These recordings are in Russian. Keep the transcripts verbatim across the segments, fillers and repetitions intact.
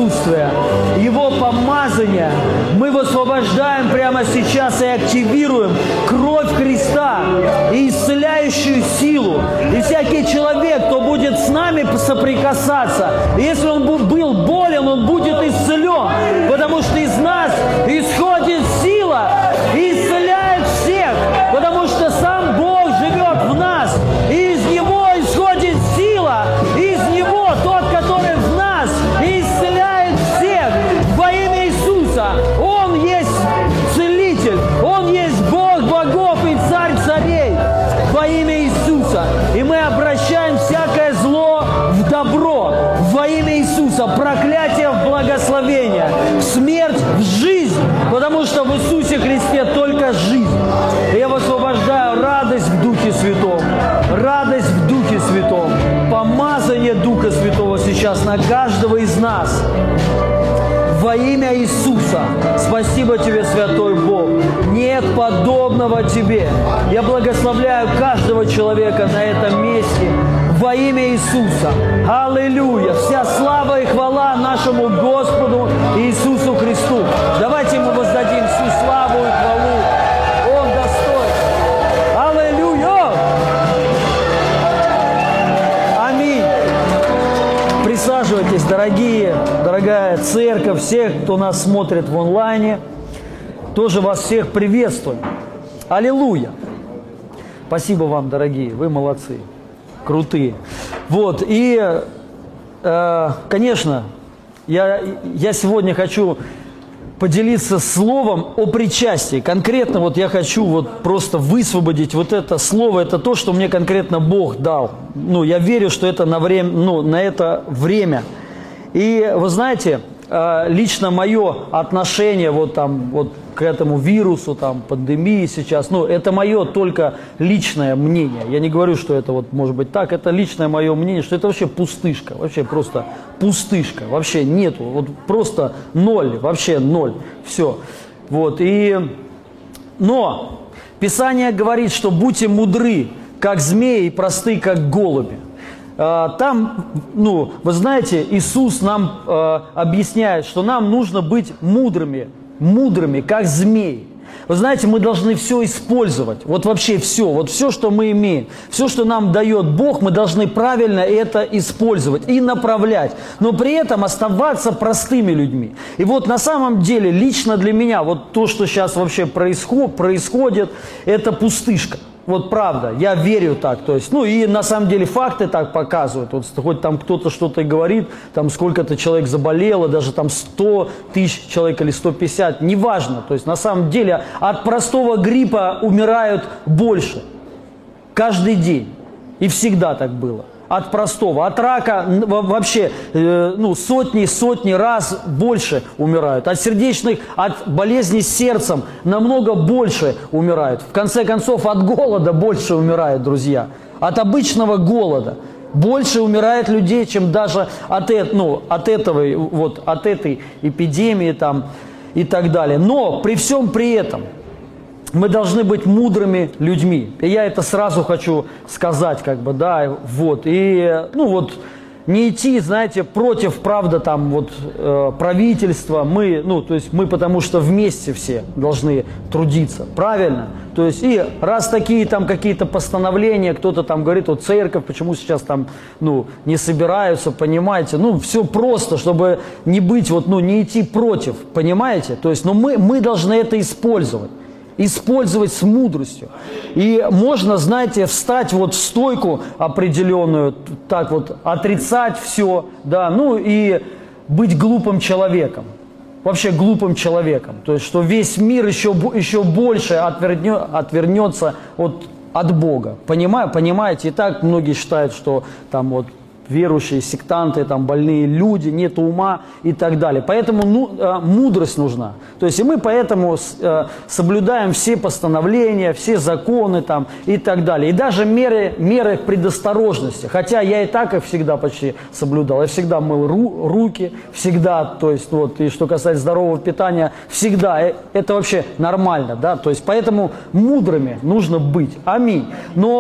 присутствия, Его помазания. Мы высвобождаем прямо сейчас и активируем кровь Христа и исцеляющую силу. И всякий человек, кто будет с нами соприкасаться, если он был болен, он будет исцелен, потому что из нас исходит сила и исцеляет всех, потому что сам Бог живет в нас, и из Него исходит сила, и из Него тот, который в нас, и исцеляет всех во имя Иисуса. Он есть целитель, Он есть Бог богов и царь царей во имя Иисуса. И мы обращаем всякое зло в добро во имя Иисуса, проклятие в благословение, смерть в жизнь, потому что в Иисусе Христе только жизнь. И я высвобождаю радость в Духе Святом, радость в Духе Святом, помазание Духа Святого сейчас на каждого из нас. Во имя Иисуса. Спасибо Тебе, Святой Бог. Нет подобного Тебе. Я благословляю каждого человека на этом месте во имя Иисуса. Аллилуйя. Вся слава и хвала нашему Господу Иисусу Христу. Давайте Ему воздадим всю славу и хвалу. Он достоин. Аллилуйя. Аминь. Присаживайтесь, дорогие, дорогая церковь, всех, кто нас смотрит в онлайне. Тоже вас всех приветствую. Аллилуйя. Спасибо вам, дорогие, вы молодцы, крутые. Вот, и, э, конечно, я, я сегодня хочу поделиться словом о причастии. Конкретно вот я хочу вот просто высвободить вот это слово, это то, что мне конкретно Бог дал. Ну, я верю, что это на время, ну, на это время. И вы знаете, лично мое отношение вот там вот к этому вирусу, там, пандемии сейчас, ну, это мое только личное мнение. Я не говорю, что это вот может быть так, это личное мое мнение, что это вообще пустышка, вообще просто пустышка, вообще нету, вот просто ноль, вообще ноль, все. Вот, и, но Писание говорит, что будьте мудры, как змеи, и просты, как голуби. Там, ну, вы знаете, Иисус нам э, объясняет, что нам нужно быть мудрыми, мудрыми, как змеи. Вы знаете, мы должны все использовать, вот вообще все, вот все, что мы имеем, все, что нам дает Бог, мы должны правильно это использовать и направлять, но при этом оставаться простыми людьми. И вот на самом деле, лично для меня, вот то, что сейчас вообще происходит, происходит, это пустышка. Вот правда, я верю так, то есть, ну и на самом деле факты так показывают, вот хоть там кто-то что-то говорит, там сколько-то человек заболело, даже там сто тысяч человек или сто пятьдесят, неважно, то есть на самом деле от простого гриппа умирают больше, каждый день, и всегда так было. От простого, от рака вообще э, ну, сотни, сотни раз больше умирают. От сердечных, от болезней с сердцем намного больше умирают. В конце концов, от голода больше умирают, друзья. От обычного голода больше умирает людей, чем даже от, ну, от, этого, вот, от этой эпидемии там, и так далее. Но при всем при этом мы должны быть мудрыми людьми. И я это сразу хочу сказать, как бы, да, вот. И, ну, вот, не идти, знаете, против, правда, там, вот, э, правительства. Мы, ну, то есть мы, потому что вместе все должны трудиться, правильно? То есть, и раз такие там какие-то постановления, кто-то там говорит, вот церковь, почему сейчас там, ну, не собираются, понимаете? Ну, все просто, чтобы не быть, вот, ну, не идти против, понимаете? То есть, но мы, мы должны это использовать. Использовать с мудростью. И можно, знаете, встать вот в стойку определенную, так вот, отрицать все, да, ну и быть глупым человеком. Вообще глупым человеком. То есть, что весь мир еще, еще больше отвернет, отвернется от, от Бога. Понимаю, понимаете? И так многие считают, что там вот верующие, сектанты, там, больные люди, нет ума и так далее. Поэтому ну, э, мудрость нужна. То есть и мы поэтому э, соблюдаем все постановления, все законы там, и так далее. И даже меры, меры предосторожности. Хотя я и так их всегда почти соблюдал. Я всегда мыл ру, руки, всегда, то есть, вот, и что касается здорового питания, всегда. Это вообще нормально, да. То есть поэтому мудрыми нужно быть. Аминь. Но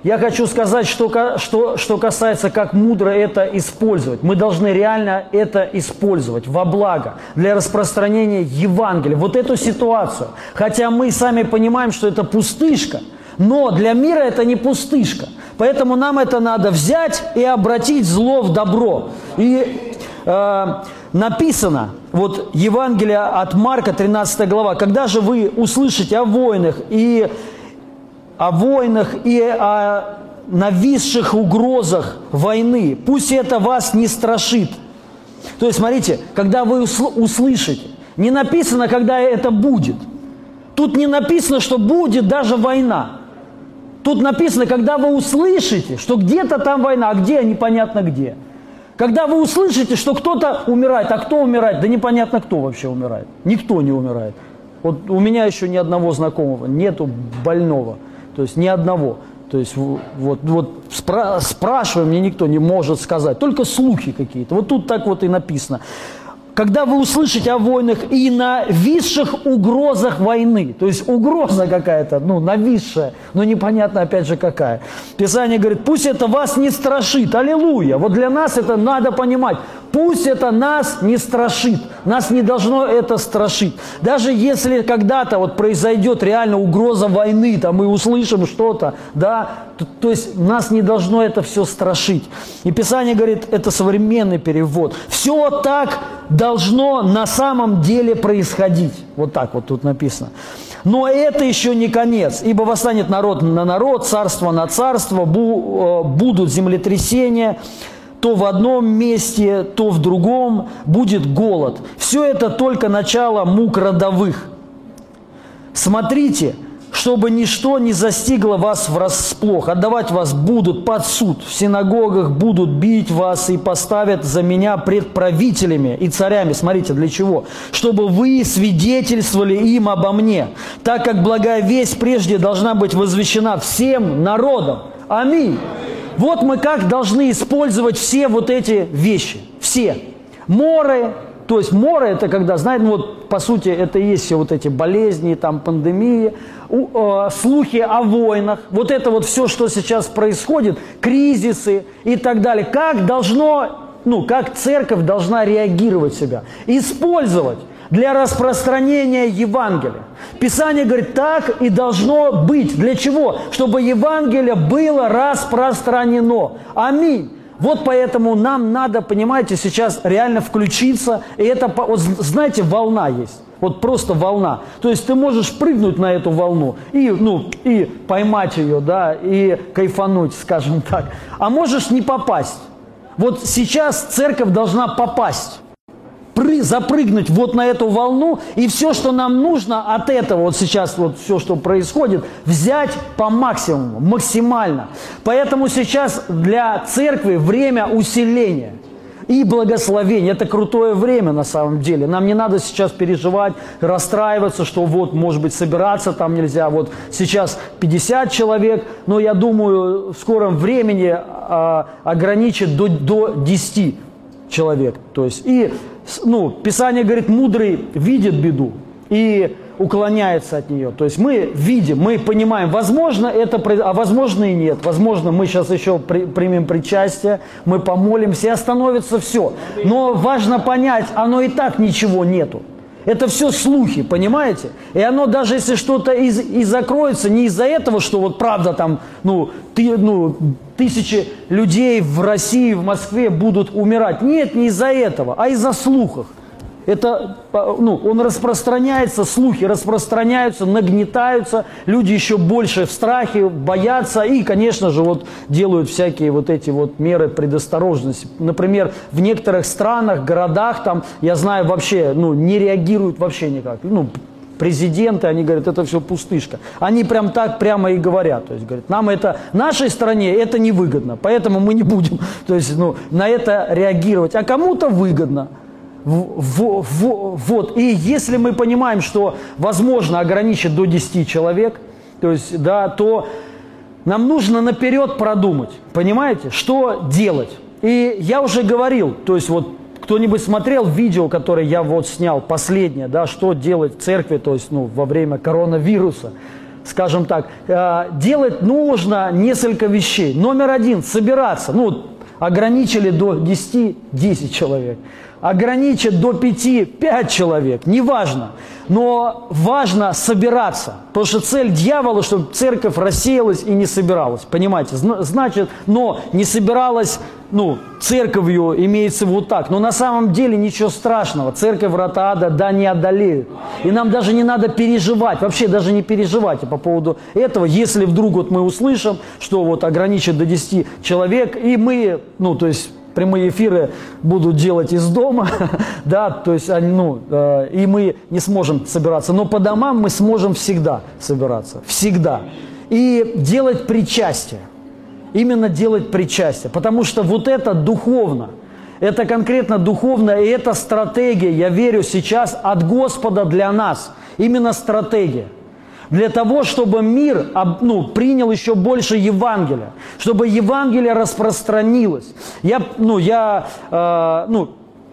я хочу сказать, что, что, что касается, как мудро это использовать. Мы должны реально это использовать во благо, для распространения Евангелия. Вот эту ситуацию. Хотя мы сами понимаем, что это пустышка, но для мира это не пустышка. Поэтому нам это надо взять и обратить зло в добро. И э, написано, вот Евангелие от Марка, тринадцатая глава, когда же вы услышите о войнах и о войнах и о нависших угрозах войны, пусть это вас не страшит. То есть, смотрите, когда вы услышите, не написано, когда это будет. Тут не написано, что будет даже война. Тут написано, когда вы услышите, что где-то там война, а где, непонятно где. Когда вы услышите, что кто-то умирает, а кто умирает? Да непонятно, кто вообще умирает. Никто не умирает. Вот у меня еще ни одного знакомого, нету больного. То есть ни одного. То есть вот, вот спра спрашиваем, мне никто не может сказать. Только слухи какие-то. Вот тут так вот и написано. Когда вы услышите о войнах и нависших угрозах войны, то есть угроза какая-то, ну, нависшая, но непонятно опять же какая. Писание говорит, пусть это вас не страшит, аллилуйя. Вот для нас это надо понимать. Пусть это нас не страшит, нас не должно это страшить. Даже если когда-то вот произойдет реально угроза войны, там мы услышим что-то, да, то, то есть нас не должно это все страшить. И Писание говорит, это современный перевод, все так должно на самом деле происходить. Вот так вот тут написано. Но это еще не конец, ибо восстанет народ на народ, царство на царство, бу, будут землетрясения, то в одном месте, то в другом будет голод. Все это только начало мук родовых. Смотрите, чтобы ничто не застигло вас врасплох. Отдавать вас будут под суд. В синагогах будут бить вас и поставят за меня пред правителями и царями. Смотрите, для чего? Чтобы вы свидетельствовали им обо мне, так как благая весть прежде должна быть возвещена всем народам. Аминь. Вот мы как должны использовать все вот эти вещи. Все. Моры, то есть моры это когда, знаете, ну вот по сути это и есть все вот эти болезни, там пандемии, у, э, слухи о войнах, вот это вот все, что сейчас происходит, кризисы и так далее. Как должно, ну как церковь должна реагировать себя, использовать для распространения Евангелия. Писание говорит, так и должно быть. Для чего? Чтобы Евангелие было распространено. Аминь. Вот поэтому нам надо, понимаете, сейчас реально включиться. И это, вот, знаете, волна есть. Вот просто волна. То есть ты можешь прыгнуть на эту волну и, ну, и поймать ее, да, и кайфануть, скажем так. А можешь не попасть. Вот сейчас церковь должна попасть. Запрыгнуть вот на эту волну, и все, что нам нужно от этого, вот сейчас вот все, что происходит, взять по максимуму, максимально. Поэтому сейчас для церкви время усиления и благословения. Это крутое время на самом деле. Нам не надо сейчас переживать, расстраиваться, что вот, может быть, собираться там нельзя. Вот сейчас пятьдесят человек, но я думаю, в скором времени а, ограничат до, до десяти человек. То есть, и ну, Писание говорит, мудрый видит беду и уклоняется от нее. То есть мы видим, мы понимаем, возможно это, а возможно и нет. Возможно, мы сейчас еще при, примем причастие, мы помолимся, и остановится все. Но важно понять, оно и так ничего нету. Это все слухи, понимаете? И оно даже если что-то и, и закроется, не из-за этого, что вот правда там, ну, ты, ну, тысячи людей в России, в Москве будут умирать. Нет, не из-за этого, а из-за слухов. Это, ну, он распространяется, слухи распространяются, нагнетаются, люди еще больше в страхе, боятся и, конечно же, вот делают всякие вот эти вот меры предосторожности. Например, в некоторых странах, городах, там, я знаю, вообще, ну, не реагируют вообще никак. Ну, президенты, они говорят, это все пустышка. Они прям так прямо и говорят. То есть, говорят, нам это, нашей стране это невыгодно, поэтому мы не будем, то есть, ну, на это реагировать. А кому-то выгодно. В, в, вот, и если мы понимаем, что возможно ограничить до десяти человек, то есть, да, то нам нужно наперед продумать, понимаете, что делать. И я уже говорил, то есть вот кто-нибудь смотрел видео, которое я вот снял, последнее, да, что делать в церкви, то есть, ну, во время коронавируса. скажем так, делать нужно несколько вещей. Номер один – собираться. Ну, ограничили до десяти – десять человек. Ограничат до пяти – пять человек. Неважно. Но важно собираться. Потому что цель дьявола, чтобы церковь рассеялась и не собиралась. Понимаете? Значит, но не собиралась, ну, церковью, имеется вот так. Но на самом деле ничего страшного. Церковь врата ада, да, не одолеют. И нам даже не надо переживать. Вообще даже не переживайте по поводу этого. Если вдруг вот мы услышим, что вот ограничат до десяти человек, и мы, ну, то есть... прямые эфиры будут делать из дома, да, то есть, ну, э, и мы не сможем собираться. Но по домам мы сможем всегда собираться, всегда. И делать причастие, именно делать причастие, потому что вот это духовно, это конкретно духовно, и это стратегия, я верю сейчас, от Господа для нас, именно стратегия. Для того, чтобы мир, ну, принял еще больше Евангелия, чтобы Евангелие распространилось. Я, ну, я, э, ну,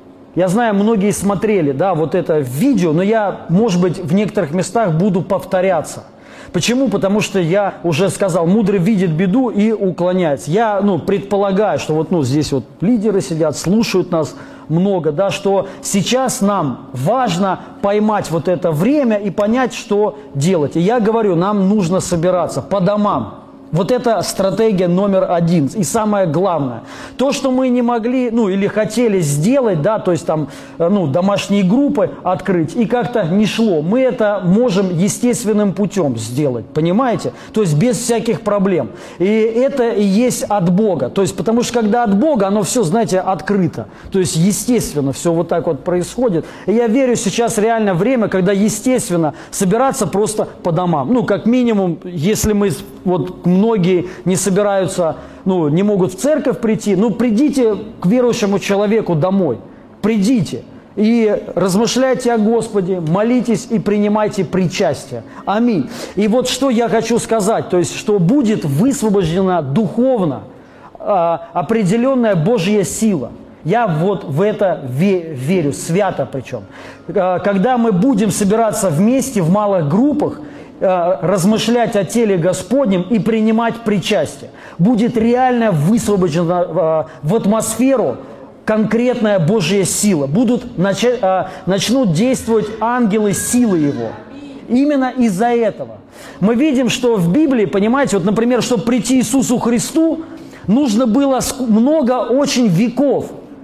я знаю, многие смотрели, да, вот это видео, но я, может быть, в некоторых местах буду повторяться. Почему? Потому что я уже сказал, мудрый видит беду и уклоняется. Я, ну, предполагаю, что вот, ну, здесь вот лидеры сидят, слушают нас много, да, что сейчас нам важно поймать вот это время и понять, что делать. И я говорю, нам нужно собираться по домам. Вот это стратегия номер один. И самое главное, то, что мы не могли, ну, или хотели сделать, да, то есть там, ну, домашние группы открыть, и как-то не шло. Мы это можем естественным путем сделать, понимаете? То есть без всяких проблем. И это и есть от Бога. То есть, потому что когда от Бога, оно все, знаете, открыто. То есть, естественно, все вот так вот происходит. И я верю, сейчас реально время, когда, естественно, собираться просто по домам. Ну, как минимум, если мы вот многие не собираются, ну, не могут в церковь прийти, ну, придите к верующему человеку домой, придите и размышляйте о Господе, молитесь и принимайте причастие. Аминь. И вот что я хочу сказать, то есть, что будет высвобождена духовно э, определенная Божья сила. Я вот в это верю, свято причем. Э, когда мы будем собираться вместе в малых группах, размышлять о теле Господнем и принимать причастие. Будет реально высвобождена в атмосферу конкретная Божья сила. Будут, начнут действовать ангелы силы Его. Именно из-за этого. Мы видим, что в Библии, понимаете, вот, например, чтобы прийти Иисусу Христу, нужно было много очень веков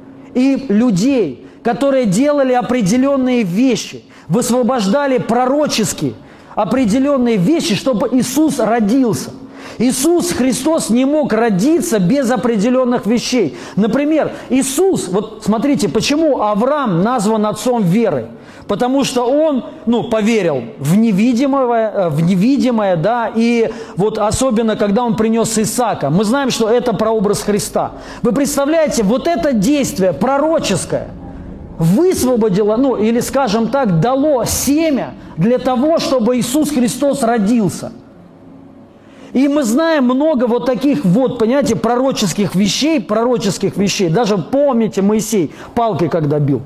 и людей, которые делали определенные вещи, высвобождали пророческие определенные вещи, чтобы Иисус родился. Иисус Христос не мог родиться без определенных вещей. Например, Иисус, вот смотрите, почему Авраам назван отцом веры? Потому что он, ну, поверил в невидимое, в невидимое, да, и вот особенно, когда он принес Исаака. Мы знаем, что это прообраз Христа. Вы представляете, вот это действие пророческое высвободило, ну, или, скажем так, дало семя для того, чтобы Иисус Христос родился. И мы знаем много вот таких вот, понимаете, пророческих вещей, пророческих вещей. Даже помните, Моисей палкой когда бил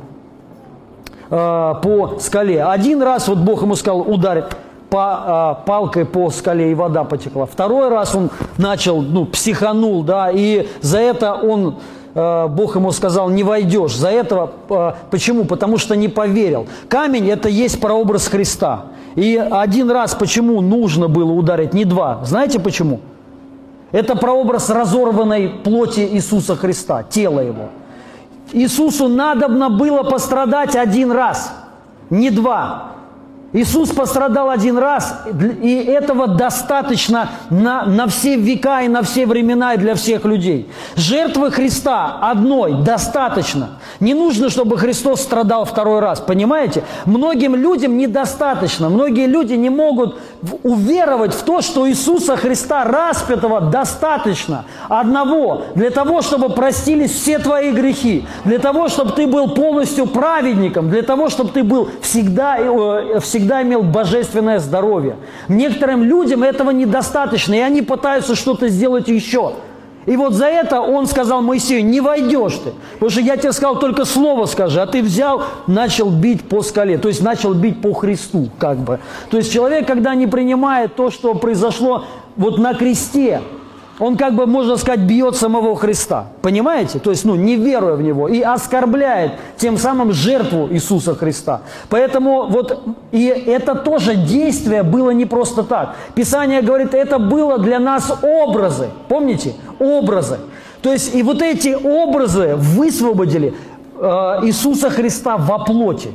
э, по скале. Один раз вот Бог ему сказал, ударь по, э, палкой по скале, и вода потекла. Второй раз он начал, ну, психанул, да, и за это он... Бог ему сказал, не войдешь. За этого, почему? Потому что не поверил. Камень – это есть прообраз Христа. И один раз почему нужно было ударить, не два. Знаете почему? Это прообраз разорванной плоти Иисуса Христа, тела Его. Иисусу надобно было пострадать один раз, не два. Иисус пострадал один раз, и этого достаточно на, на все века и на все времена и для всех людей. Жертвы Христа одной достаточно. Не нужно, чтобы Христос страдал второй раз, понимаете? Многим людям недостаточно. Многие люди не могут уверовать в то, что Иисуса Христа распятого достаточно одного для того, чтобы простились все твои грехи, для того, чтобы ты был полностью праведником, для того, чтобы ты был всегда, всегда всегда имел божественное здоровье. Некоторым людям этого недостаточно, и они пытаются что-то сделать еще. И вот за это он сказал Моисею: не войдешь ты, потому что я тебе сказал только слово скажи, а ты взял, начал бить по скале, то есть начал бить по Христу, как бы. То есть человек, когда не принимает то, что произошло вот на кресте, он, как бы, можно сказать, бьет самого Христа, понимаете? То есть, ну, не веруя в Него, и оскорбляет тем самым жертву Иисуса Христа. Поэтому вот, и это тоже действие было не просто так. Писание говорит, это было для нас образы, помните? Образы. То есть, и вот эти образы высвободили э, Иисуса Христа во плоти.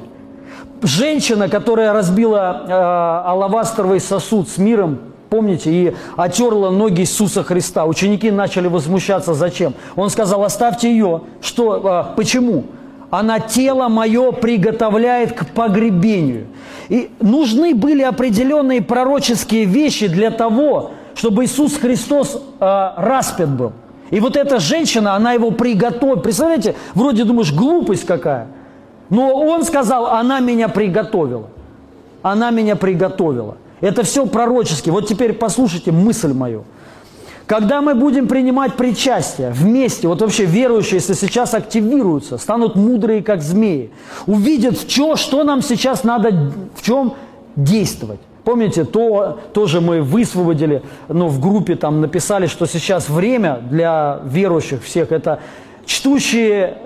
Женщина, которая разбила э, алавастровый сосуд с миром, помните, и отерла ноги Иисуса Христа. Ученики начали возмущаться. Зачем? Он сказал: оставьте ее. Что? А, почему? Она тело мое приготовляет к погребению. И нужны были определенные пророческие вещи для того, чтобы Иисус Христос а, распят был. И вот эта женщина, она его приготовила. Представляете, вроде думаешь, глупость какая. Но он сказал: она меня приготовила. Она меня приготовила. Это все пророчески. Вот теперь послушайте мысль мою. Когда мы будем принимать причастие вместе, вот вообще верующие, если сейчас активируются, станут мудрые, как змеи, увидят, в чё, что нам сейчас надо, в чем действовать. Помните, то тоже мы высвободили, ну, в группе там написали, что сейчас время для верующих всех, это чтущие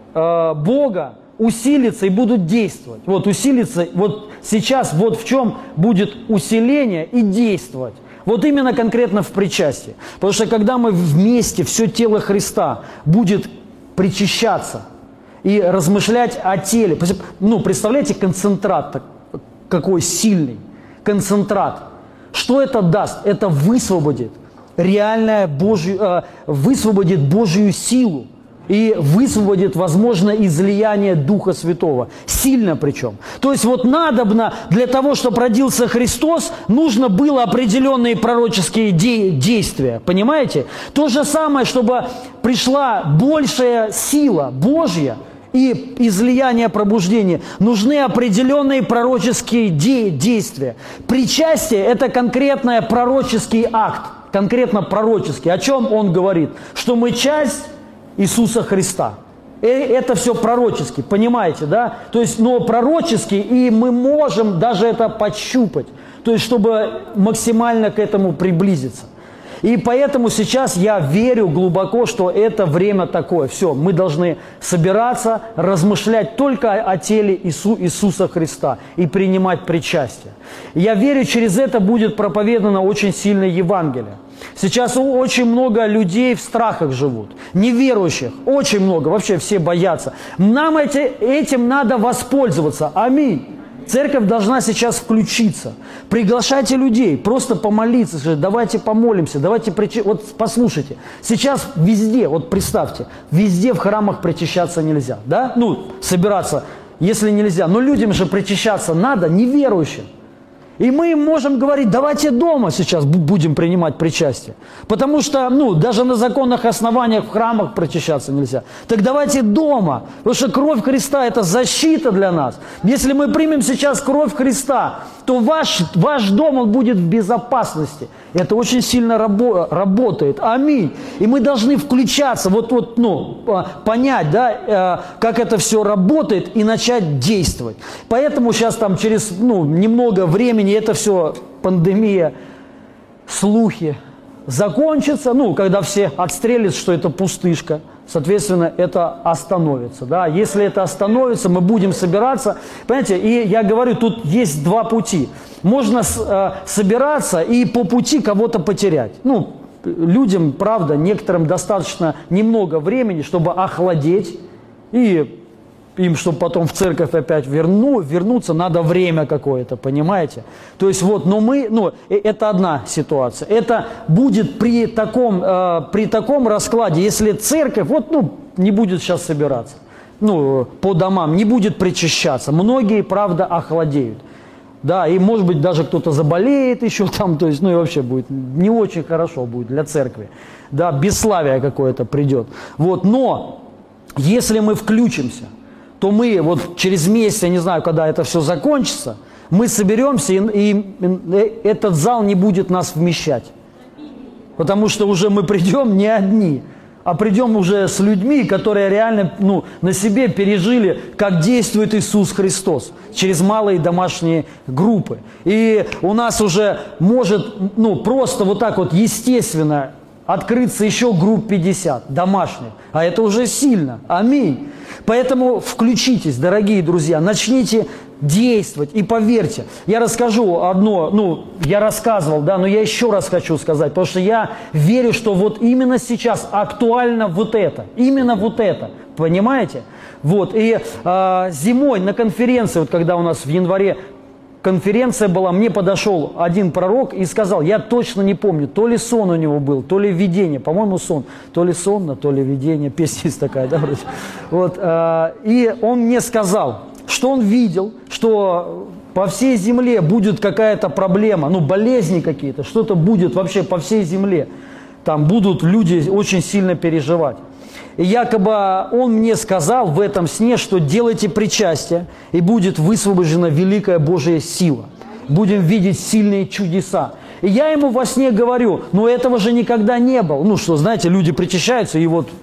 э, Бога, усилиться и будут действовать. Вот усилиться, вот сейчас вот в чем будет усиление и действовать. Вот именно конкретно в причастии. Потому что когда мы вместе, все тело Христа будет причащаться и размышлять о теле. Ну, представляете, концентрат какой сильный. Концентрат. Что это даст? Это высвободит реальное Божью, э, высвободит Божью силу. И высвободит, возможно, излияние Духа Святого. Сильно причем. То есть вот надобно для того, чтобы родился Христос, нужно было определенные пророческие де действия. Понимаете? То же самое, чтобы пришла большая сила Божья и излияние пробуждения. Нужны определенные пророческие де действия. Причастие – это конкретный пророческий акт. Конкретно пророческий. О чем он говорит? Что мы часть Иисуса Христа. И это все пророчески, понимаете, да? То есть, но пророчески, и мы можем даже это пощупать, то есть, чтобы максимально к этому приблизиться. И поэтому сейчас я верю глубоко, что это время такое. Все, мы должны собираться, размышлять только о теле Иису, Иисуса Христа и принимать причастие. Я верю, через это будет проповедано очень сильное Евангелие. Сейчас очень много людей в страхах живут, неверующих, очень много, вообще все боятся. Нам эти, этим надо воспользоваться. Аминь. Церковь должна сейчас включиться. Приглашайте людей, просто помолиться, сказать, давайте помолимся, давайте причи... Вот послушайте, сейчас везде, вот представьте, везде в храмах причащаться нельзя, да? Ну, собираться, если нельзя. Но людям же причащаться надо, неверующим. И мы им можем говорить, давайте дома сейчас будем принимать причастие. Потому что, ну, даже на законных основаниях в храмах причащаться нельзя. Так давайте дома. Потому что кровь Христа – это защита для нас. Если мы примем сейчас кровь Христа, то ваш, ваш дом, он будет в безопасности. Это очень сильно рабо работает. Аминь. И мы должны включаться, вот, вот, ну, понять, да, как это все работает и начать действовать. Поэтому сейчас там через, ну, немного времени это все, пандемия, слухи закончится. Ну, когда все отстрелят, что это пустышка, соответственно, это остановится. Да? Если это остановится, мы будем собираться. Понимаете, и я говорю, тут есть два пути. Можно э, собираться и по пути кого-то потерять. Ну, людям, правда, некоторым достаточно немного времени, чтобы охладеть. И им, чтобы потом в церковь опять верну, вернуться, надо время какое-то, понимаете? То есть вот, но мы, ну, это одна ситуация. Это будет при таком, э, при таком раскладе, если церковь, вот, ну, не будет сейчас собираться, ну, по домам, не будет причащаться. Многие, правда, охладеют. Да, и может быть даже кто-то заболеет еще там, то есть, ну и вообще будет не очень хорошо будет для церкви. Да, бесславие какое-то придет. Вот, но если мы включимся, то мы вот через месяц, я не знаю, когда это все закончится, мы соберемся, и, и, и этот зал не будет нас вмещать. Потому что уже мы придем не одни, а придем уже с людьми, которые реально ну, на себе пережили, как действует Иисус Христос через малые домашние группы. И у нас уже может ну, просто вот так вот естественно открыться еще групп пятьдесят домашних. А это уже сильно. Аминь. Поэтому включитесь, дорогие друзья, начните действовать. И поверьте, я расскажу одно, ну, я рассказывал, да, но я еще раз хочу сказать, потому что я верю, что вот именно сейчас актуально вот это, именно вот это, понимаете? Вот, и э, зимой на конференции, вот когда у нас в январе конференция была, мне подошел один пророк и сказал, я точно не помню, то ли сон у него был, то ли видение, по-моему, сон, то ли сон, то ли видение, песня есть такая, да, вроде. Вот, э, и он мне сказал, что он видел, что по всей земле будет какая-то проблема, ну, болезни какие-то, что-то будет вообще по всей земле. Там будут люди очень сильно переживать. И якобы он мне сказал в этом сне, что делайте причастие, и будет высвобождена великая Божья сила. Будем видеть сильные чудеса. И я ему во сне говорю, ну, этого же никогда не было. Ну, что, знаете, люди причащаются, и вот,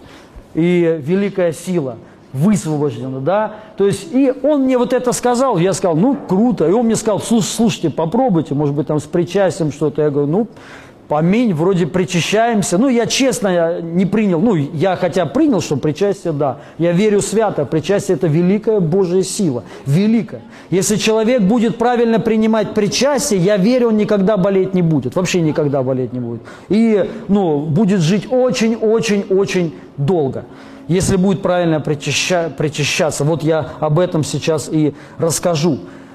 и великая сила высвобождено, да, то есть, и он мне вот это сказал, я сказал, ну, круто, и он мне сказал, слушайте, попробуйте, может быть, там с причастием что-то, я говорю, ну, аминь, вроде причащаемся, ну, я честно не принял, ну, я хотя принял, что причастие, да, я верю свято, причастие – это великая Божья сила, великая, если человек будет правильно принимать причастие, я верю, он никогда болеть не будет, вообще никогда болеть не будет, и, ну, будет жить очень-очень-очень долго. Если будет правильно причаща, причащаться. Вот я об этом сейчас и расскажу.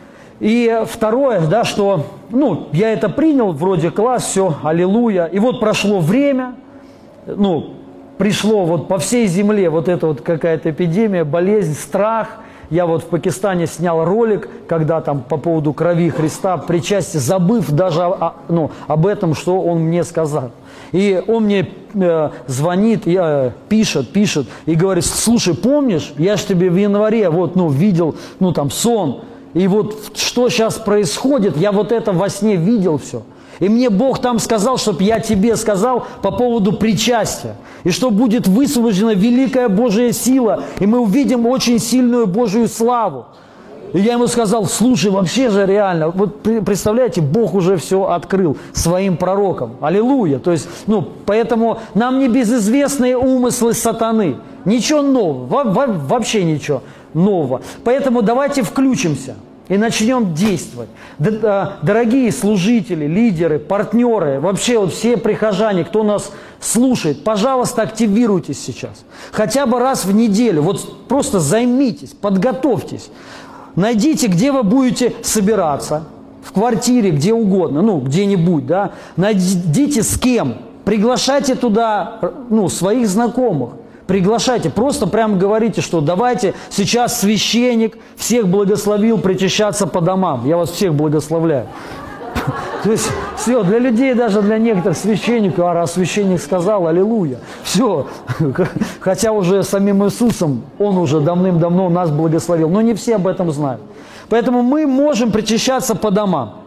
И второе, да, что, ну, я это принял, вроде класс, все, аллилуйя. И вот прошло время, ну, пришло вот по всей земле вот эта вот какая-то эпидемия, болезнь, страх. Я вот в Пакистане снял ролик, когда там по поводу крови Христа, причастия, забыв даже о, ну, об этом, что он мне сказал. И он мне э, звонит, я, пишет, пишет и говорит, слушай, помнишь, я же тебе в январе вот, ну, видел, ну, там, сон, и вот что сейчас происходит, я вот это во сне видел все. И мне Бог там сказал, чтобы я тебе сказал по поводу причастия. И что будет высвобождена великая Божья сила, и мы увидим очень сильную Божью славу. И я ему сказал, слушай, вообще же реально, вот представляете, Бог уже все открыл своим пророкам. Аллилуйя. То есть, ну, поэтому нам не безызвестные умыслы сатаны. Ничего нового, вообще ничего нового. Поэтому давайте включимся и начнем действовать. Дорогие служители, лидеры, партнеры, вообще вот все прихожане, кто нас слушает, пожалуйста, активируйтесь сейчас. Хотя бы раз в неделю, вот просто займитесь, подготовьтесь. Найдите, где вы будете собираться, в квартире, где угодно, ну, где-нибудь, да. Найдите с кем, приглашайте туда, ну, своих знакомых. Приглашайте, просто прямо говорите, что давайте сейчас священник всех благословил причащаться по домам. Я вас всех благословляю. То есть, все, для людей, даже для некоторых священников, а раз священник сказал, аллилуйя, все. Хотя уже самим Иисусом, Он уже давным-давно нас благословил. Но не все об этом знают. Поэтому мы можем причащаться по домам.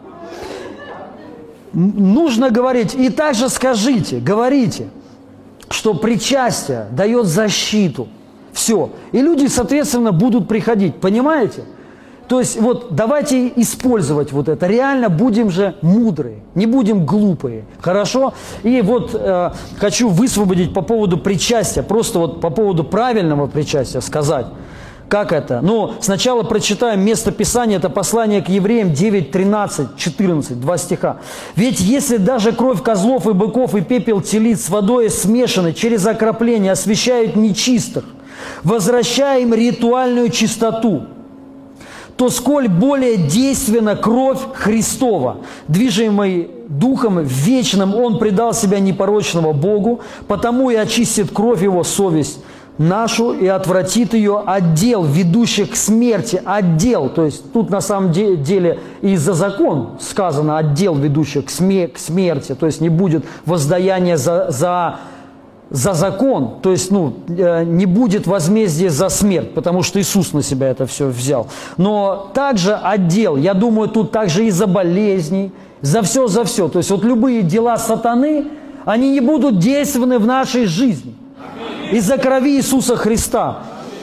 Нужно говорить, и также скажите, говорите, что причастие дает защиту. Все. И люди, соответственно, будут приходить. Понимаете? То есть, вот давайте использовать вот это. Реально будем же мудрые, не будем глупые. Хорошо? И вот э, хочу высвободить по поводу причастия, просто вот по поводу правильного причастия сказать. Как это? Ну, сначала прочитаем место Писания, это послание к евреям девять, тринадцать, четырнадцать, два стиха. «Ведь если даже кровь козлов и быков и пепел телиц с водой смешаны через окропление освящают нечистых, возвращая им ритуальную чистоту, то сколь более действенна кровь Христова, движимый Духом Вечным, Он предал себя непорочного Богу, потому и очистит кровь Его совесть нашу и отвратит ее от дел, ведущих к смерти, от дел». То есть тут на самом деле и за закон сказано от дел, ведущих к смерти. То есть не будет воздаяния за, за, за закон. То есть ну, не будет возмездия за смерть, потому что Иисус на себя это все взял. Но также от дел. Я думаю, тут также и за болезни, за все, за все. То есть вот любые дела сатаны, они не будут действенны в нашей жизни. Из-за крови Иисуса Христа.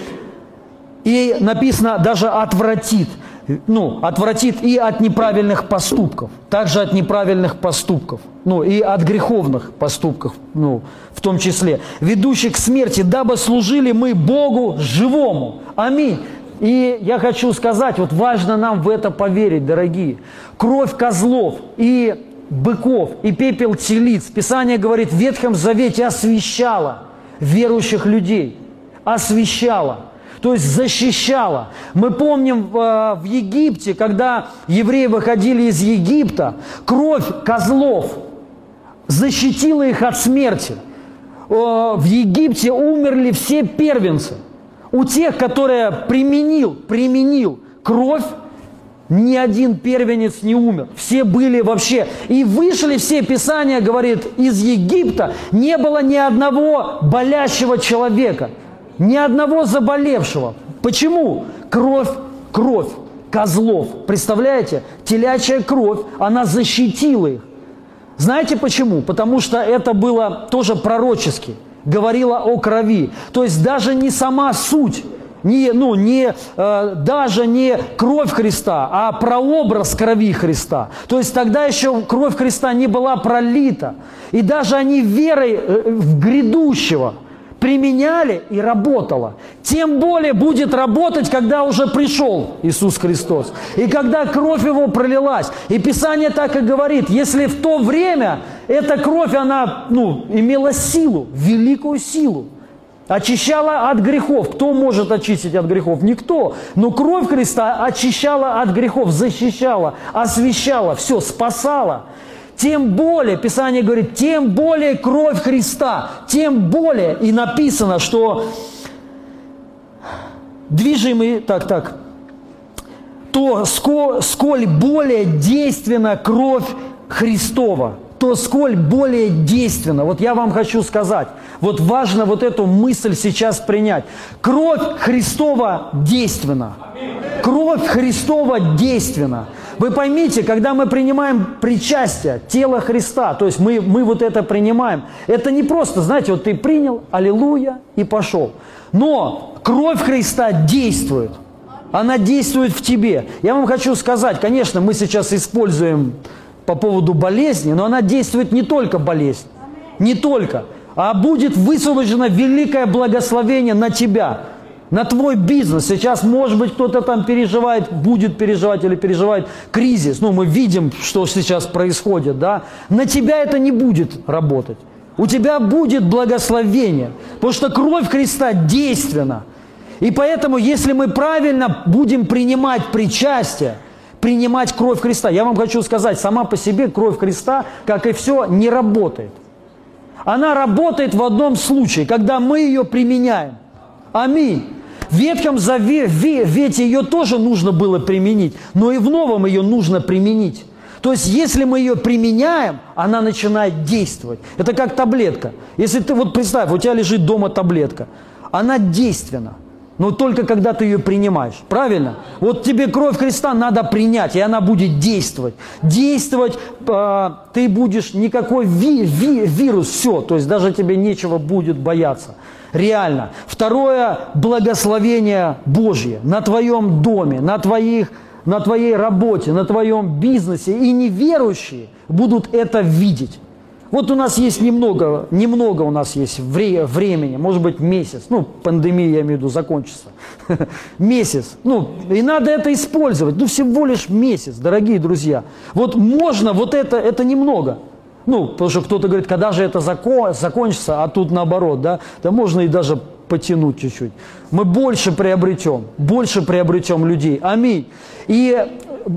И написано, даже отвратит. Ну, отвратит и от неправильных поступков. Также от неправильных поступков. Ну, и от греховных поступков, ну, в том числе. Ведущих к смерти, дабы служили мы Богу живому. Аминь. И я хочу сказать, вот важно нам в это поверить, дорогие. Кровь козлов и быков, и пепел телиц, Писание говорит, в Ветхом Завете освящала верующих людей. Освящала. То есть защищала. Мы помним в Египте, когда евреи выходили из Египта, кровь козлов защитила их от смерти. В Египте умерли все первенцы. У тех, которые применил, применил кровь, ни один первенец не умер. Все были вообще. И вышли все, Писание говорит, из Египта не было ни одного болящего человека. Ни одного заболевшего. Почему? Кровь, кровь козлов. Представляете? Телячья кровь, она защитила их. Знаете почему? Потому что это было тоже пророчески. Говорило о крови. То есть даже не сама суть, не, ну, не, э, даже не кровь Христа, а прообраз крови Христа. То есть тогда еще кровь Христа не была пролита. И даже они верой в грядущего применяли и работало. Тем более будет работать, когда уже пришел Иисус Христос. И когда кровь Его пролилась. И Писание так и говорит, если в то время эта кровь, она ну, имела силу, великую силу, очищала от грехов. Кто может очистить от грехов? Никто. Но кровь Христа очищала от грехов, защищала, освящала, все, спасала. Тем более, Писание говорит, тем более кровь Христа, тем более, и написано, что движимый, так, так, то сколь, сколь более действенна кровь Христова, то сколь более действенна. Вот я вам хочу сказать, вот важно вот эту мысль сейчас принять. Кровь Христова действенна. Кровь Христова действенна. Вы поймите, когда мы принимаем причастие тела Христа, то есть мы, мы вот это принимаем, это не просто, знаете, вот ты принял, аллилуйя, и пошел. Но кровь Христа действует. Она действует в тебе. Я вам хочу сказать, конечно, мы сейчас используем по поводу болезни, но она действует не только болезнь, не только, а будет высвобождено великое благословение на тебя, на твой бизнес. Сейчас, может быть, кто-то там переживает, будет переживать или переживает кризис. Ну, мы видим, что сейчас происходит, да. На тебя это не будет работать. У тебя будет благословение, потому что кровь Христа действенна. И поэтому, если мы правильно будем принимать причастие, принимать кровь Христа, я вам хочу сказать, сама по себе кровь Христа, как и все, не работает. Она работает в одном случае, когда мы ее применяем. Аминь. В Ветхом Завете ее тоже нужно было применить, но и в Новом ее нужно применить. То есть, если мы ее применяем, она начинает действовать. Это как таблетка. Если ты, вот представь, у тебя лежит дома таблетка, она действенна, но только когда ты ее принимаешь. Правильно? Вот тебе кровь Христа надо принять, и она будет действовать. Действовать э, ты будешь, никакой ви, ви, вирус, все, то есть даже тебе нечего будет бояться. Реально. Второе, благословение Божье на твоем доме, на, твоих, на твоей работе, на твоем бизнесе. И неверующие будут это видеть. Вот у нас есть немного, немного у нас есть вре времени, может быть месяц. Ну, пандемия, я имею в виду, закончится. Месяц. Ну, и надо это использовать. Ну, всего лишь месяц, дорогие друзья. Вот можно, вот это, это немного. Ну, потому что кто-то говорит, когда же это закон, закончится, а тут наоборот, да, да можно и даже потянуть чуть-чуть. Мы больше приобретем, больше приобретем людей. Аминь. И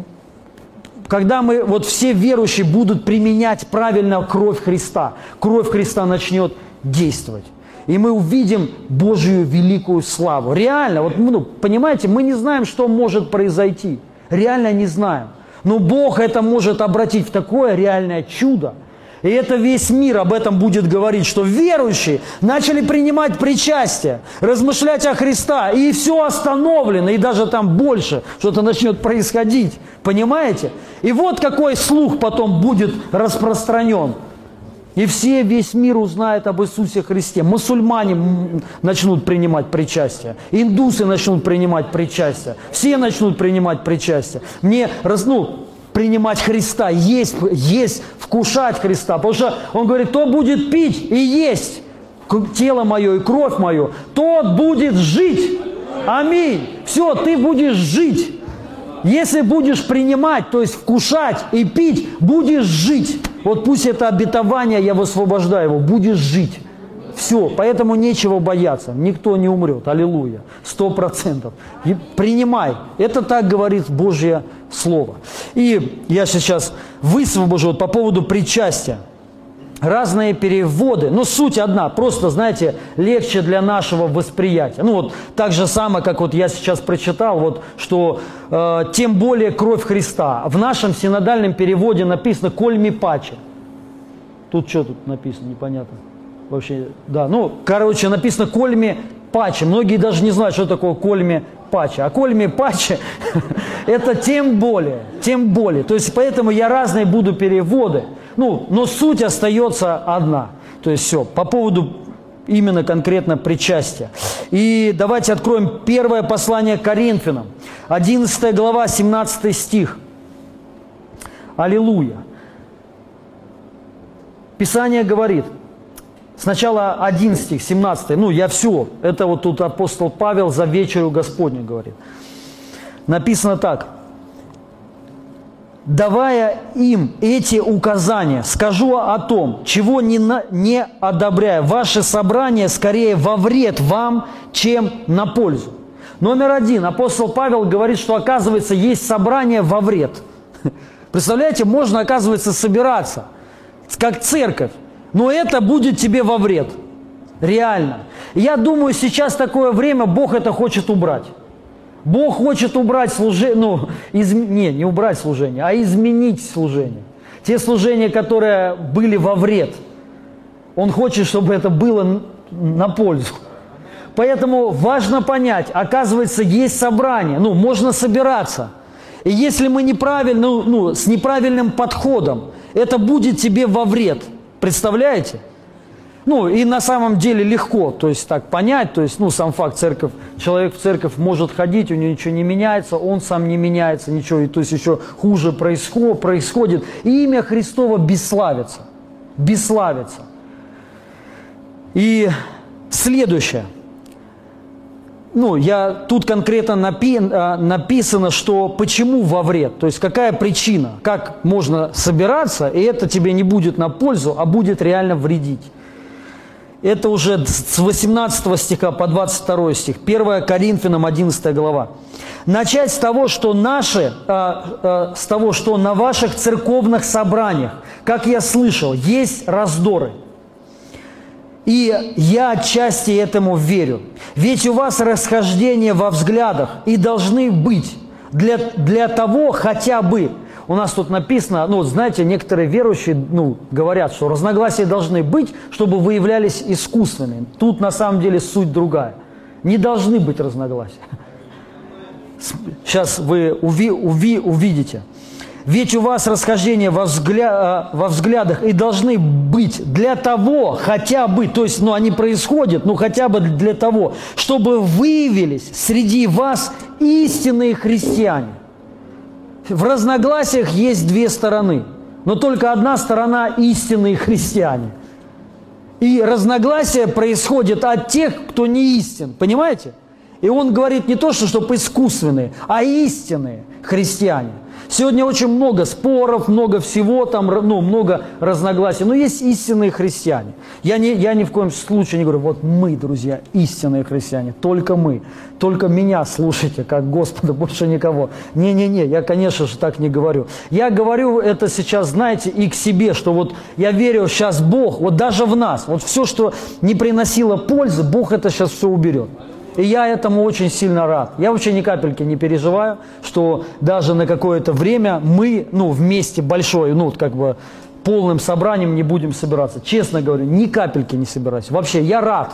когда мы, вот все верующие будут применять правильно кровь Христа, кровь Христа начнет действовать. И мы увидим Божью великую славу. Реально, вот, ну, понимаете, мы не знаем, что может произойти. Реально не знаем. Но Бог это может обратить в такое реальное чудо. И это весь мир об этом будет говорить, что верующие начали принимать причастие, размышлять о Христа, и все остановлено, и даже там больше что-то начнет происходить. Понимаете? И вот какой слух потом будет распространен. И все, весь мир узнает об Иисусе Христе. Мусульмане начнут принимать причастие. Индусы начнут принимать причастие. Все начнут принимать причастие. Мне, ну, принимать Христа, есть, есть, вкушать Христа. Потому что он говорит, кто будет пить и есть тело мое и кровь мою, тот будет жить. Аминь. Все, ты будешь жить. Если будешь принимать, то есть вкушать и пить, будешь жить. Вот пусть это обетование, я высвобождаю его, будешь жить. Все, поэтому нечего бояться, никто не умрет, аллилуйя, сто процентов. Принимай, это так говорит Божье Слово. И я сейчас высвобожу вот по поводу причастия. Разные переводы, но суть одна, просто, знаете, легче для нашего восприятия. Ну вот так же самое, как вот я сейчас прочитал, вот, что э, тем более кровь Христа. В нашем синодальном переводе написано «кольми паче». Тут что тут написано, непонятно. Вообще, да, ну, короче, написано «кольми паче». Многие даже не знают, что такое «кольми паче». А «кольми паче» – это тем более, тем более. То есть поэтому я разные буду переводы. Ну, но суть остается одна. То есть все, по поводу именно конкретно причастия. И давайте откроем первое послание к Коринфянам, одиннадцатая глава, семнадцатый стих. Аллилуйя. Писание говорит, сначала один стих, семнадцатый, ну я все, это вот тут апостол Павел за вечерю Господню говорит. Написано так. Давая им эти указания, скажу о том, чего не, на, не одобряю. Ваше собрание скорее во вред вам, чем на пользу. Номер один. Апостол Павел говорит, что, оказывается, есть собрание во вред. Представляете, можно, оказывается, собираться, как церковь, но это будет тебе во вред. Реально. Я думаю, сейчас такое время, Бог это хочет убрать. Бог хочет убрать служение, ну, из, не, не убрать служение, а изменить служение. Те служения, которые были во вред, Он хочет, чтобы это было на пользу. Поэтому важно понять, оказывается, есть собрание, ну, можно собираться. И если мы неправильно, ну, ну, с неправильным подходом, это будет тебе во вред. Представляете? Ну, и на самом деле легко, то есть так понять, то есть, ну, сам факт, церковь, человек в церковь может ходить, у него ничего не меняется, он сам не меняется, ничего, и то есть еще хуже происходит, происходит. И имя Христово бесславится, бесславится. И следующее. Ну, я, тут конкретно напи, написано, что почему во вред, то есть какая причина, как можно собираться, и это тебе не будет на пользу, а будет реально вредить. Это уже с восемнадцатого стиха по двадцать второй стих, первое Коринфянам, одиннадцатая глава. Начать с того, что наши, э, э, с того, что на ваших церковных собраниях, как я слышал, есть раздоры. И я отчасти этому верю. Ведь у вас расхождения во взглядах и должны быть для, для того хотя бы. У нас тут написано, ну, знаете, некоторые верующие, ну, говорят, что разногласия должны быть, чтобы выявлялись искусственные. Тут на самом деле суть другая. Не должны быть разногласия. Сейчас вы уви, уви, увидите. Ведь у вас расхождения во, взгля... во взглядах и должны быть для того, хотя бы, то есть, ну, они происходят, ну, хотя бы для того, чтобы выявились среди вас истинные христиане. В разногласиях есть две стороны, но только одна сторона – истинные христиане. И разногласия происходят от тех, кто не истин, понимаете? И он говорит не то, что чтобы искусственные, а истинные христиане. Сегодня очень много споров, много всего, там, ну, много разногласий. Но есть истинные христиане. Я, не, я ни в коем случае не говорю, вот мы, друзья, истинные христиане, только мы. Только меня слушайте, как Господа, больше никого. Не-не-не, я, конечно же, так не говорю. Я говорю это сейчас, знаете, и к себе, что вот я верю, сейчас Бог, вот даже в нас, вот все, что не приносило пользы, Бог это сейчас все уберет. И я этому очень сильно рад. Я вообще ни капельки не переживаю, что даже на какое-то время мы, ну, вместе большой, ну, как бы полным собранием не будем собираться. Честно говорю, ни капельки не собираюсь. Вообще, я рад.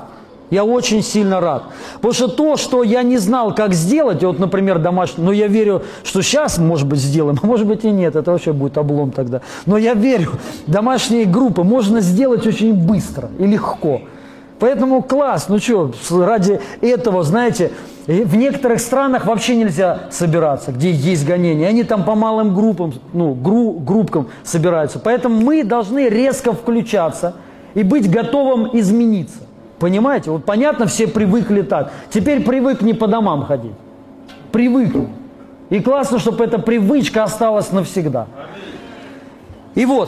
Я очень сильно рад. Потому что то, что я не знал, как сделать, вот, например, домашний, но я верю, что сейчас, может быть, сделаем, а может быть и нет, это вообще будет облом тогда. Но я верю, домашние группы можно сделать очень быстро и легко. Поэтому класс, ну что, ради этого, знаете, в некоторых странах вообще нельзя собираться, где есть гонения. Они там по малым группам, ну, гру, группкам собираются. Поэтому мы должны резко включаться и быть готовым измениться. Понимаете? Вот понятно, все привыкли так. Теперь привыкни по домам ходить. Привыкни. И классно, чтобы эта привычка осталась навсегда. И вот.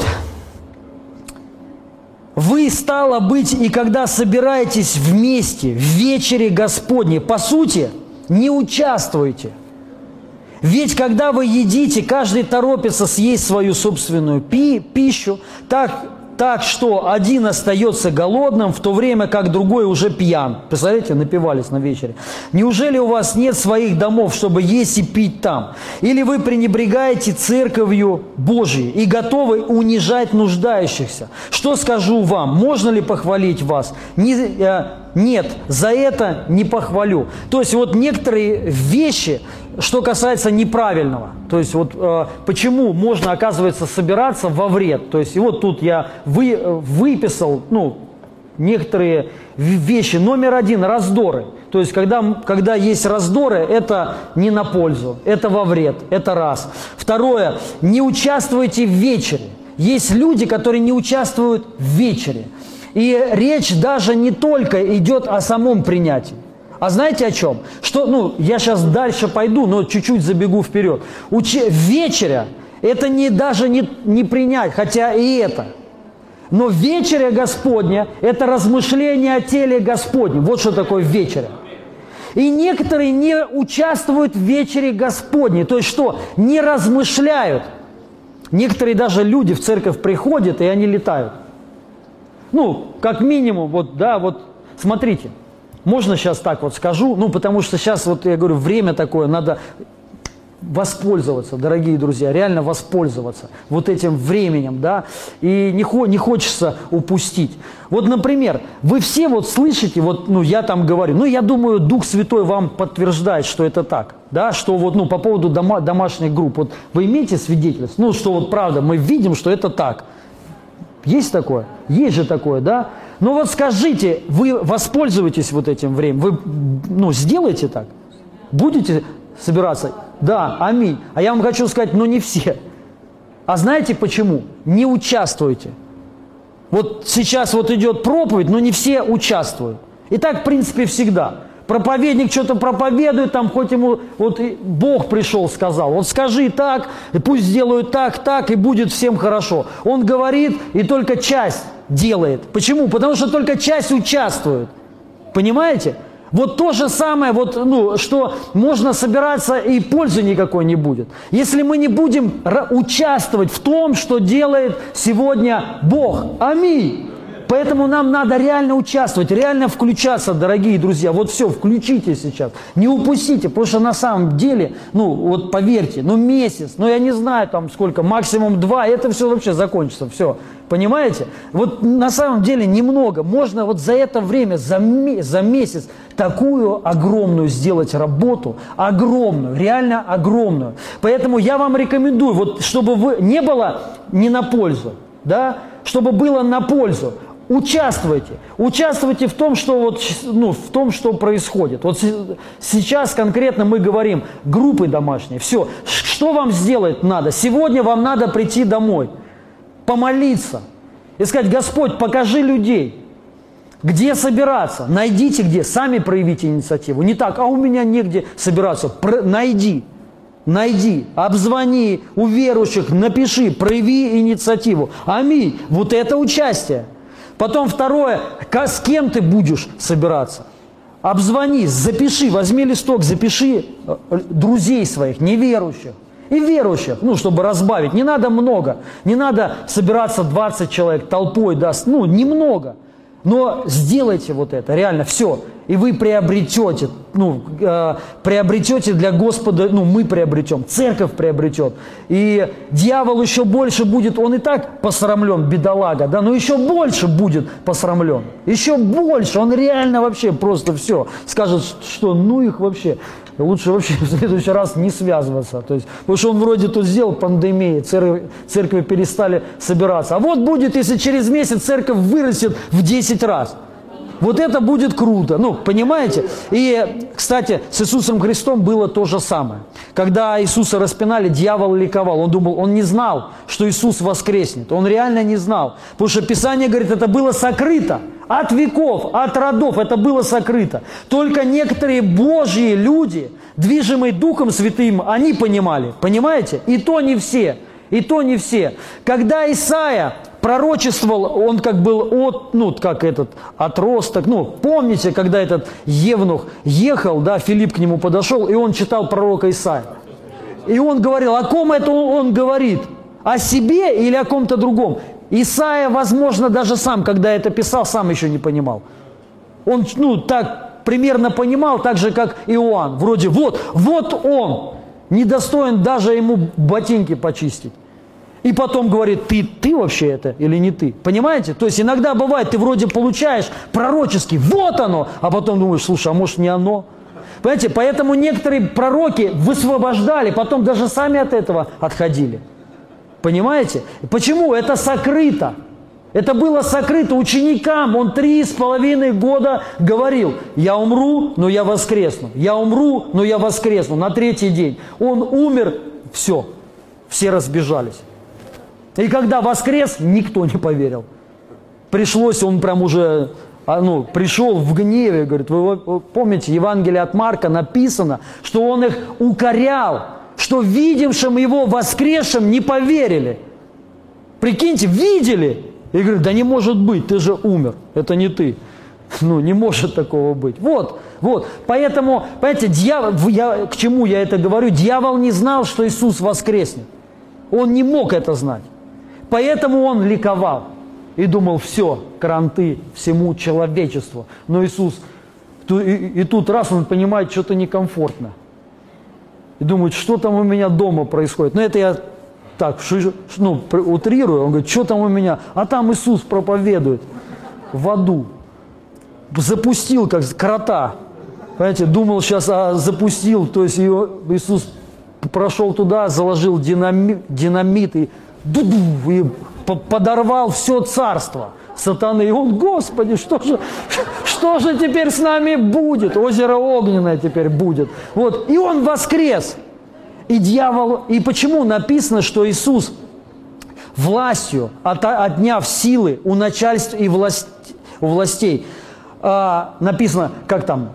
Вы, стало быть, и когда собираетесь вместе в вечере Господней, по сути, не участвуете. Ведь когда вы едите, каждый торопится съесть свою собственную пи пищу, так, так что один остается голодным, в то время как другой уже пьян. Представляете, напивались на вечере. Неужели у вас нет своих домов, чтобы есть и пить там? Или вы пренебрегаете церковью Божией и готовы унижать нуждающихся? Что скажу вам? Можно ли похвалить вас? Не, э, нет, за это не похвалю. То есть вот некоторые вещи, что касается неправильного, то есть вот э, почему можно, оказывается, собираться во вред. То есть и вот тут я вы, выписал, ну, некоторые вещи. Номер один – раздоры. То есть когда, когда есть раздоры, это не на пользу, это во вред, это раз. Второе – не участвуйте в вечере. Есть люди, которые не участвуют в вечере. И речь даже не только идет о самом принятии. А знаете о чем? Что, ну, я сейчас дальше пойду, но чуть-чуть забегу вперед. Учи... Вечеря – это не, даже не, не принять, хотя и это. Но вечеря Господня – это размышление о теле Господнем. Вот что такое вечеря. И некоторые не участвуют в вечере Господней. То есть что? Не размышляют. Некоторые даже люди в церковь приходят, и они летают. Ну, как минимум, вот, да, вот, смотрите. Можно сейчас так вот скажу, ну, потому что сейчас, вот я говорю, время такое, надо воспользоваться, дорогие друзья, реально воспользоваться вот этим временем, да, и не, хо не хочется упустить. Вот, например, вы все вот слышите, вот, ну, я там говорю, ну, я думаю, Дух Святой вам подтверждает, что это так, да, что вот, ну, по поводу дома домашних групп, вот, вы имеете свидетельство, ну, что вот, правда, мы видим, что это так. Есть такое? Есть же такое, да? Ну вот скажите, вы воспользуетесь вот этим временем, вы, ну, сделаете так? Будете собираться? Да, аминь. А я вам хочу сказать, но не все. А знаете почему? Не участвуйте. Вот сейчас вот идет проповедь, но не все участвуют. И так, в принципе, всегда. Проповедник что-то проповедует, там хоть ему, вот Бог пришел, сказал, вот скажи так, и пусть сделают так, так, и будет всем хорошо. Он говорит, и только часть делает. Почему? Потому что только часть участвует. Понимаете? Вот то же самое, вот, ну, что можно собираться, и пользы никакой не будет. Если мы не будем участвовать в том, что делает сегодня Бог. Аминь. Поэтому нам надо реально участвовать, реально включаться, дорогие друзья. Вот все, включите сейчас, не упустите, потому что на самом деле, ну вот поверьте, ну месяц, ну я не знаю там сколько, максимум два, это все вообще закончится, все. Понимаете? Вот на самом деле немного. Можно вот за это время, за, за месяц такую огромную сделать работу, огромную, реально огромную. Поэтому я вам рекомендую, вот чтобы вы не было не на пользу, да, чтобы было на пользу. Участвуйте. Участвуйте в том, что, вот, ну, в том, что происходит. Вот сейчас конкретно мы говорим, группы домашние. Все. Что вам сделать надо? Сегодня вам надо прийти домой, помолиться и сказать: Господь, покажи людей, где собираться. Найдите где, сами проявите инициативу. Не так, а у меня негде собираться. Про... Найди. Найди, обзвони у верующих, напиши, прояви инициативу. Аминь. Вот это участие. Потом второе, с кем ты будешь собираться? Обзвони, запиши, возьми листок, запиши друзей своих, неверующих и верующих, ну, чтобы разбавить. Не надо много, не надо собираться двадцать человек толпой, даст, ну, немного. Но сделайте вот это, реально, все. и вы приобретете, ну, э, приобретете для Господа, ну, мы приобретем, церковь приобретет. И дьявол еще больше будет, он и так посрамлен, бедолага, да, но еще больше будет посрамлен. Еще больше, он реально вообще просто все скажет, что ну их вообще, лучше вообще в следующий раз не связываться. То есть, потому что он вроде тут сделал пандемию, церкви, церкви перестали собираться. А вот будет, если через месяц церковь вырастет в десять раз. Вот это будет круто, ну, понимаете? И, кстати, с Иисусом Христом было то же самое. Когда Иисуса распинали, дьявол ликовал. Он думал, он не знал, что Иисус воскреснет. Он реально не знал. Потому что Писание говорит, это было сокрыто. От веков, от родов это было сокрыто. Только некоторые Божьи люди, движимые Духом Святым, они понимали. Понимаете? И то не все. И то не все. Когда Исаия пророчествовал, он как был от, ну, как этот, отросток. Ну, помните, когда этот евнух ехал, да, Филипп к нему подошел, и он читал пророка Исаия. И он говорил, о ком это он говорит? О себе или о ком-то другом? Исаия, возможно, даже сам, когда это писал, сам еще не понимал. Он, ну, так примерно понимал, так же, как Иоанн. Вроде, вот, вот он, недостоин даже ему ботинки почистить. И потом говорит, ты, ты вообще это или не ты? Понимаете? То есть иногда бывает, ты вроде получаешь пророчески, вот оно, а потом думаешь, слушай, а может не оно? Понимаете? Поэтому некоторые пророки высвобождали, потом даже сами от этого отходили. Понимаете? Почему? Это сокрыто. Это было сокрыто ученикам. Он три с половиной года говорил, я умру, но я воскресну. Я умру, но я воскресну. На третий день. Он умер, все. Все разбежались. И когда воскрес, никто не поверил. Пришлось, он прям уже, ну, пришел в гневе, говорит, вы помните, Евангелие от Марка написано, что он их укорял, что видевшим его воскресшим не поверили. Прикиньте, видели. И говорит, да не может быть, ты же умер, это не ты. Ну, не может такого быть. Вот, вот. Поэтому, понимаете, дьявол, я, к чему я это говорю, дьявол не знал, что Иисус воскреснет. Он не мог это знать. Поэтому он ликовал и думал, все, кранты всему человечеству. Но Иисус, и, и тут раз он понимает, что-то некомфортно. И думает, что там у меня дома происходит. Но это я так, ну, утрирую. Он говорит, что там у меня? А там Иисус проповедует в аду. Запустил, как крота. Понимаете, думал сейчас, а запустил. То есть Иисус прошел туда, заложил динамит, динамит и, и подорвал все царство сатаны. И он, Господи, что же, что же теперь с нами будет? Озеро огненное теперь будет. Вот. И он воскрес. И дьявол, и почему написано, что Иисус властью, от, отняв силы у начальств и власть, у властей, а, написано, как там?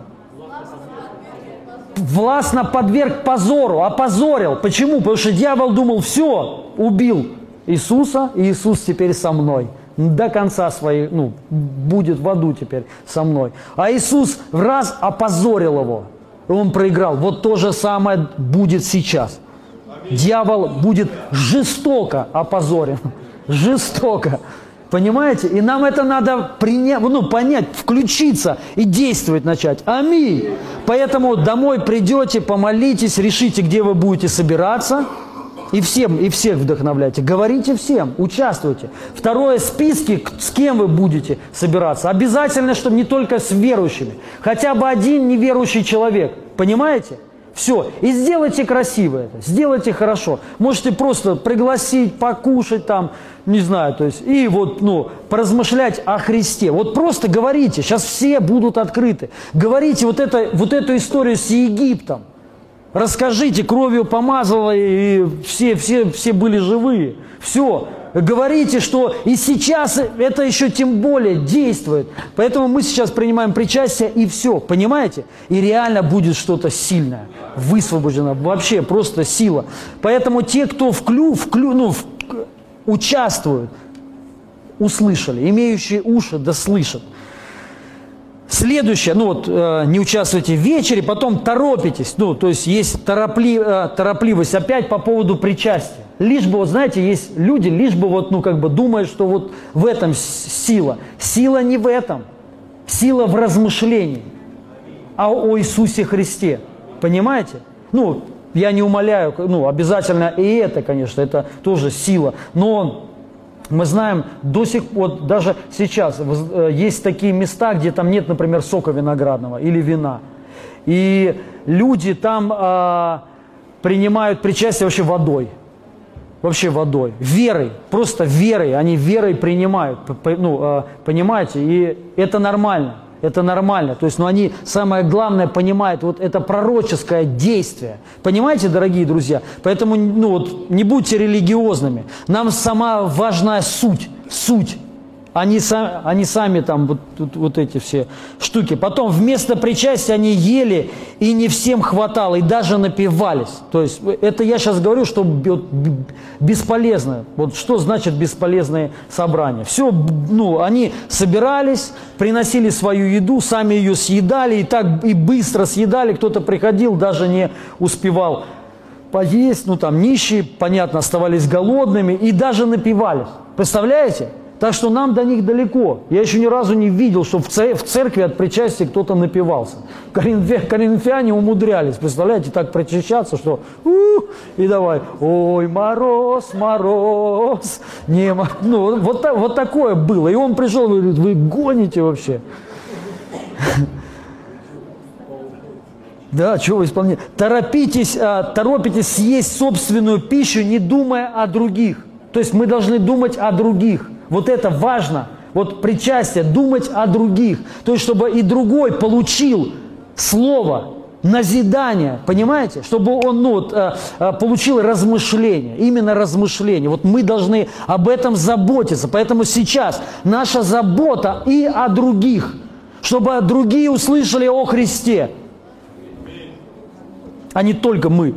Властно подверг позору, опозорил. Почему? Потому что дьявол думал, все, убил Иисуса, и Иисус теперь со мной. До конца своей, ну, будет в аду теперь со мной. А Иисус в раз опозорил его. И он проиграл. Вот то же самое будет сейчас. Дьявол будет жестоко опозорен. Жестоко. Понимаете? И нам это надо принять, ну, понять, включиться и действовать начать. Аминь. Поэтому домой придете, помолитесь, решите, где вы будете собираться. И всем, и всех вдохновляйте. Говорите всем, участвуйте. Второе, списки, с кем вы будете собираться. Обязательно, чтобы не только с верующими. Хотя бы один неверующий человек. Понимаете? Все. И сделайте красиво это. Сделайте хорошо. Можете просто пригласить, покушать там, не знаю, то есть, и вот, ну, поразмышлять о Христе. Вот просто говорите. Сейчас все будут открыты. Говорите вот, это, вот эту историю с Египтом. Расскажите, кровью помазало, и все, все, все были живые. Все. Говорите, что и сейчас это еще тем более действует. Поэтому мы сейчас принимаем причастие, и все. Понимаете? И реально будет что-то сильное, высвобождено. Вообще просто сила. Поэтому те, кто вклю, вклю, ну, в, участвуют, услышали. Имеющие уши да слышат. Следующее, ну вот, э, не участвуйте в вечере, потом торопитесь, ну, то есть есть торопли, э, торопливость опять по поводу причастия. Лишь бы, вот знаете, есть люди, лишь бы вот, ну, как бы думают, что вот в этом сила. Сила не в этом, сила в размышлении. а о Иисусе Христе. Понимаете? Ну, я не умоляю, ну, обязательно и это, конечно, это тоже сила. Но мы знаем до сих пор, даже сейчас, есть такие места, где там нет, например, сока виноградного или вина. И люди там а, принимают причастие вообще водой. Вообще водой. Верой. Просто верой. Они верой принимают. Ну, а, понимаете? И это нормально. Это нормально. То есть, ну, они, самое главное, понимают, вот это пророческое действие. Понимаете, дорогие друзья? Поэтому, ну, вот, не будьте религиозными. Нам сама важная суть. Суть. Они, сами, они сами там, вот, вот, вот эти все штуки. Потом вместо причастия они ели, и не всем хватало, и даже напивались. То есть, это я сейчас говорю, что бесполезно. Вот что значит бесполезные собрания? Все, ну, они собирались, приносили свою еду, сами ее съедали, и так и быстро съедали. Кто-то приходил, даже не успевал поесть, ну там нищие, понятно, оставались голодными, и даже напивались. Представляете? Так что нам до них далеко. Я еще ни разу не видел, что в церкви от причастия кто-то напивался. Коринфяне умудрялись, представляете, так причащаться, что у-у, и давай, ой, мороз, мороз. Не, ну, вот, вот такое было. И он пришел и говорит, вы гоните вообще. Да, что вы исполняете? Торопитесь, торопитесь съесть собственную пищу, не думая о других. То есть мы должны думать о других. Вот это важно. Вот причастие, думать о других. То есть, чтобы и другой получил слово, назидание, понимаете? Чтобы он, ну, вот, э, э, получил размышление, именно размышление. Вот мы должны об этом заботиться. Поэтому сейчас наша забота и о других, чтобы другие услышали о Христе, а не только мы.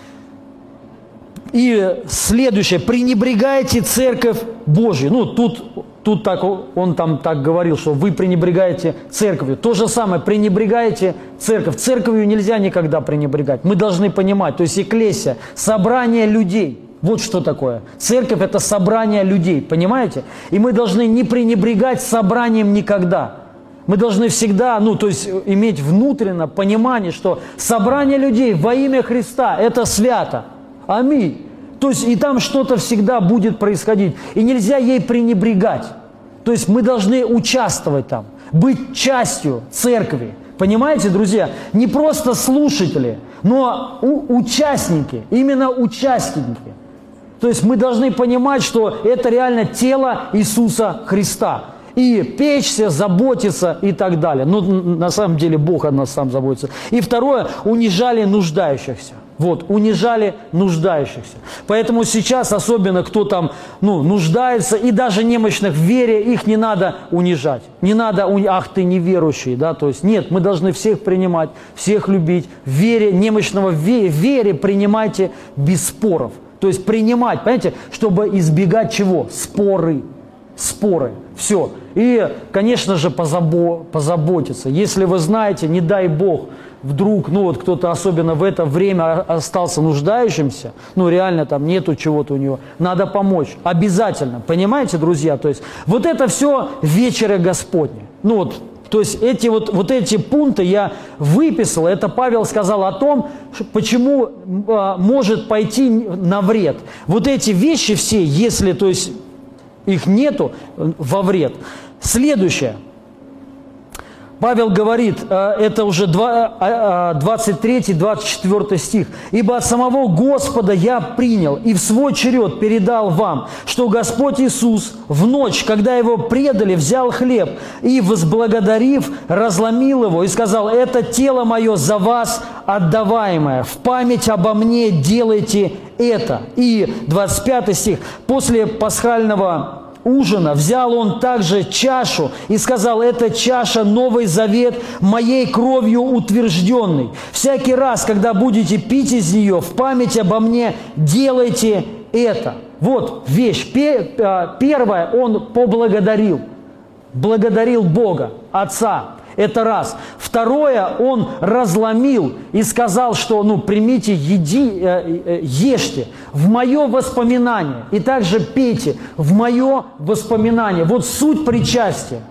И следующее, пренебрегаете церковь Божью. Ну, тут, тут так, он там так говорил, что вы пренебрегаете церковью. То же самое, пренебрегаете церковь. Церковью нельзя никогда пренебрегать. Мы должны понимать, то есть экклесия, собрание людей. Вот что такое. Церковь – это собрание людей, понимаете? И мы должны не пренебрегать собранием никогда. Мы должны всегда, ну, то есть иметь внутреннее понимание, что собрание людей во имя Христа – это свято. Аминь. То есть и там что-то всегда будет происходить. И нельзя ей пренебрегать. То есть мы должны участвовать там, быть частью церкви. Понимаете, друзья? Не просто слушатели, но у- участники. Именно участники. То есть мы должны понимать, что это реально тело Иисуса Христа. И печься, заботиться и так далее. Но на самом деле Бог о нас сам заботится. И второе, унижали нуждающихся. Вот, унижали нуждающихся. Поэтому сейчас, особенно кто там, ну, нуждается, и даже немощных в вере, их не надо унижать. Не надо, уни... ах, ты неверующий, да, то есть, нет, мы должны всех принимать, всех любить. В вере, немощного в вере, в вере принимайте без споров. То есть, принимать, понимаете, чтобы избегать чего? Споры. Споры. Все. И, конечно же, позабо... позаботиться. Если вы знаете, не дай Бог, вдруг, ну вот кто-то особенно в это время остался нуждающимся, ну реально там нету чего-то у него, надо помочь. Обязательно. Понимаете, друзья? То есть вот это все вечеря Господня. Ну вот, то есть эти вот, вот эти пункты я выписал. Это Павел сказал о том, почему а, может пойти на вред. Вот эти вещи все, если, то есть, их нету, во вред. Следующее. Павел говорит, это уже двадцать третий двадцать четвёртый стих. «Ибо от самого Господа я принял и в свой черед передал вам, что Господь Иисус в ночь, когда Его предали, взял хлеб и, возблагодарив, разломил его и сказал, это тело мое за вас отдаваемое, в память обо мне делайте это». И двадцать пятый стих. «После пасхального ужина взял он также чашу и сказал, это чаша Новый Завет, моей кровью утвержденный. Всякий раз, когда будете пить из нее, в память обо мне делайте это». Вот вещь. Первое, он поблагодарил. Благодарил Бога, Отца. Это раз. Второе, он разломил и сказал, что, ну, примите, еди, э, э, ешьте в мое воспоминание. И также пейте в мое воспоминание. Вот суть причастия.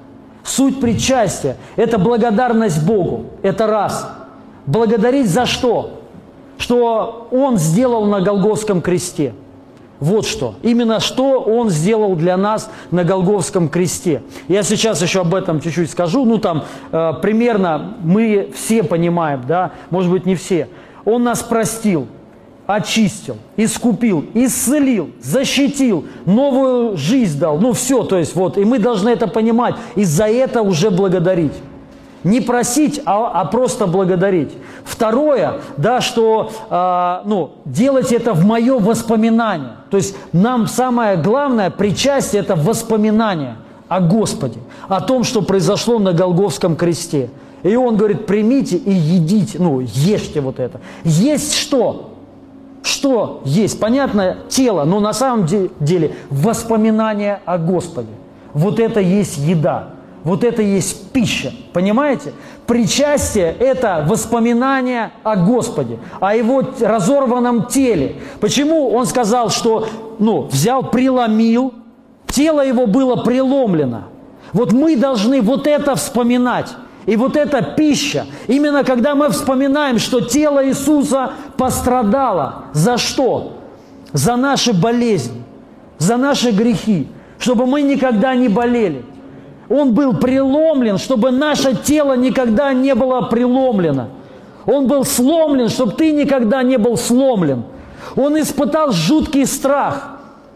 Суть причастия – это благодарность Богу. Это раз. Благодарить за что? Что Он сделал на Голгофском кресте. Вот что. Именно что Он сделал для нас на Голгофском кресте. Я сейчас еще об этом чуть-чуть скажу. Ну, там, э, примерно мы все понимаем, да, может быть, не все. Он нас простил, очистил, искупил, исцелил, защитил, новую жизнь дал. Ну, все, то есть, вот. И мы должны это понимать. И за это уже благодарить. Не просить, а, а просто благодарить. Второе, да, что э, ну, делать это в мое воспоминание. То есть нам самое главное причастие – это воспоминание о Господе, о том, что произошло на Голгофском кресте. И Он говорит, примите и едите, ну, ешьте вот это. Есть что? Что есть? Понятно, тело, но на самом деле воспоминание о Господе. Вот это есть еда. Вот это есть пища, понимаете? Причастие – это воспоминание о Господе, о Его разорванном теле. Почему Он сказал, что ну, взял, преломил, тело Его было преломлено. Вот мы должны вот это вспоминать. И вот эта пища, именно когда мы вспоминаем, что тело Иисуса пострадало. За что? За наши болезни, за наши грехи, чтобы мы никогда не болели. Он был преломлен, чтобы наше тело никогда не было преломлено. Он был сломлен, чтобы ты никогда не был сломлен. Он испытал жуткий страх.